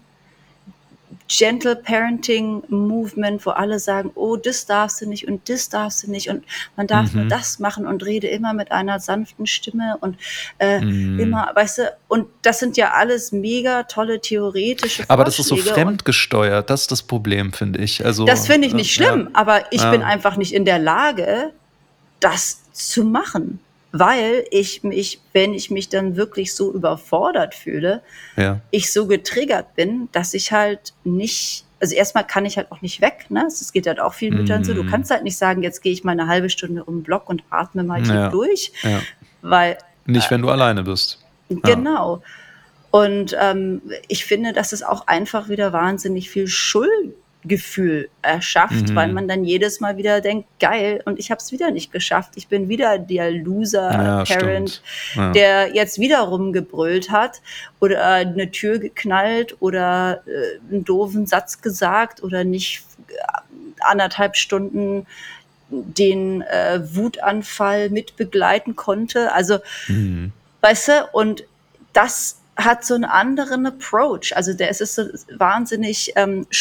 Speaker 1: Gentle Parenting Movement, wo alle sagen, oh, das darfst du nicht und das darfst du nicht und man darf nur das machen und rede immer mit einer sanften Stimme und immer, weißt du, und das sind ja alles mega tolle theoretische Vorschläge.
Speaker 2: Aber das ist so fremdgesteuert, das ist das Problem, finde ich. Also,
Speaker 1: das finde ich nicht schlimm, aber ich bin einfach nicht in der Lage, das zu machen. Weil wenn ich mich dann wirklich so überfordert fühle, ich so getriggert bin, dass ich halt nicht, also erstmal kann ich halt auch nicht weg, ne? Es geht halt auch vielen Müttern so, du kannst halt nicht sagen, jetzt gehe ich mal eine halbe Stunde um den Block und atme mal tief durch, weil...
Speaker 2: Nicht, wenn du alleine bist.
Speaker 1: Genau. Und ich finde, dass es auch einfach wieder wahnsinnig viel Schuldgefühl erschafft, weil man dann jedes Mal wieder denkt, geil, und ich habe es wieder nicht geschafft. Ich bin wieder der Loser-Parent, der jetzt wieder rumgebrüllt hat oder eine Tür geknallt oder einen doofen Satz gesagt oder nicht 1,5 Stunden den Wutanfall mit begleiten konnte. Also, weißt du, und das hat so einen anderen Approach. Also es ist so wahnsinnig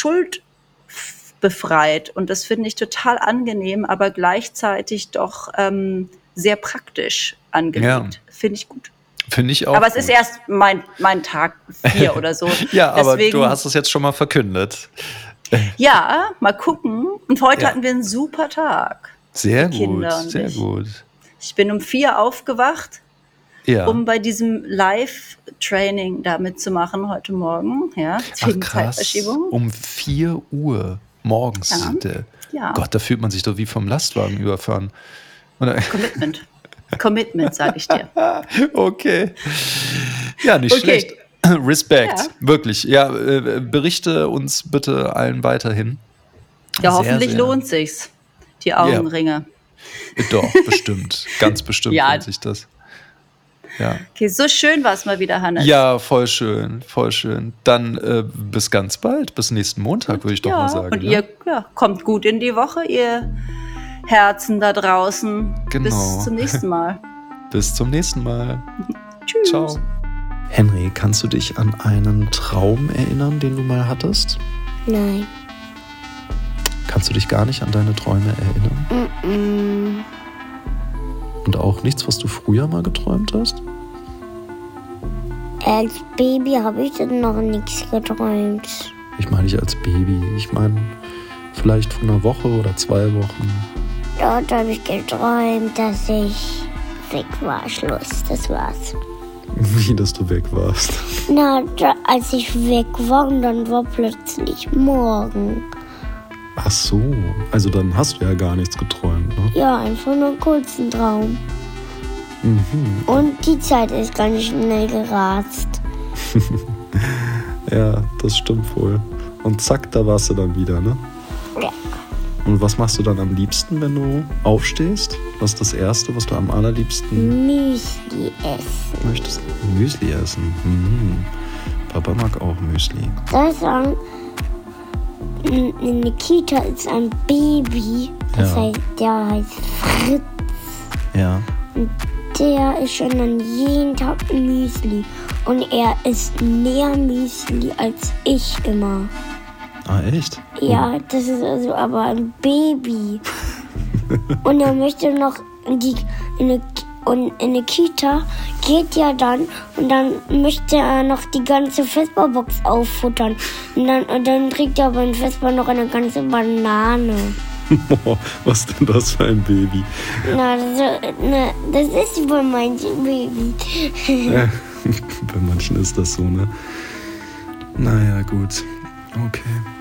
Speaker 1: schuldbefreit und das finde ich total angenehm, aber gleichzeitig doch sehr praktisch angelegt. Finde ich gut.
Speaker 2: Finde ich auch.
Speaker 1: Aber es ist erst mein Tag 4 oder so.
Speaker 2: Ja, aber du hast es jetzt schon mal verkündet.
Speaker 1: Ja, mal gucken. Und heute hatten wir einen super Tag.
Speaker 2: Sehr gut, sehr gut.
Speaker 1: Ich bin um 4 aufgewacht, um bei diesem Live-Training da mitzumachen heute Morgen. Ja, wegen Zeitverschiebung.
Speaker 2: Um 4 Uhr morgens.
Speaker 1: Ja.
Speaker 2: Gott, da fühlt man sich doch wie vom Lastwagen überfahren.
Speaker 1: Commitment, sage ich dir.
Speaker 2: Okay. Ja, nicht schlecht. Respekt, wirklich. Ja, berichte uns bitte allen weiterhin.
Speaker 1: Ja, hoffentlich lohnt sich's, die Augenringe.
Speaker 2: Ja. Doch, bestimmt. Ganz bestimmt lohnt sich das. Ja.
Speaker 1: Okay, so schön war es mal wieder, Hannes.
Speaker 2: Ja, voll schön, voll schön. Dann bis ganz bald, bis nächsten Montag, würde ich doch mal sagen.
Speaker 1: Und ihr kommt gut in die Woche, ihr Herzen da draußen.
Speaker 2: Genau.
Speaker 1: Bis zum nächsten Mal.
Speaker 2: Bis zum nächsten Mal.
Speaker 1: Tschüss.
Speaker 2: Ciao. Henry, kannst du dich an einen Traum erinnern, den du mal hattest?
Speaker 3: Nein.
Speaker 2: Kannst du dich gar nicht an deine Träume erinnern? Und auch nichts, was du früher mal geträumt hast?
Speaker 3: Als Baby habe ich dann noch nichts geträumt.
Speaker 2: Ich meine nicht als Baby. Ich meine vielleicht von einer Woche oder 2 Wochen.
Speaker 3: Dort habe ich geträumt, dass ich weg war. Schluss, das war's.
Speaker 2: Wie, dass du weg warst?
Speaker 3: Na, als ich weg war und dann war plötzlich morgen.
Speaker 2: Ach so, also dann hast du ja gar nichts geträumt, ne?
Speaker 3: Ja, einfach nur einen kurzen Traum. Und die Zeit ist ganz schnell gerast.
Speaker 2: Ja, das stimmt wohl. Und zack, da warst du dann wieder, ne?
Speaker 3: Ja.
Speaker 2: Und was machst du dann am liebsten, wenn du aufstehst? Was ist das Erste, was du am allerliebsten
Speaker 3: Müsli essen.
Speaker 2: möchtest? Müsli essen. Papa mag auch Müsli.
Speaker 3: Soll ich sagen, in der Kita ist ein Baby, der heißt Fritz.
Speaker 2: Ja.
Speaker 3: Und der isst schon dann jeden Tag Müsli. Und er isst mehr Müsli als ich immer.
Speaker 2: Ah, echt?
Speaker 3: Ja, das ist also aber ein Baby. Und er möchte noch in die Kita geht ja dann und dann möchte er noch die ganze Vesperbox auffuttern. Und dann kriegt er beim Vesper noch eine ganze Banane.
Speaker 2: Was ist denn das für ein Baby?
Speaker 3: Das ist wohl mein Baby.
Speaker 2: Bei manchen ist das so, ne? Naja, gut. Okay.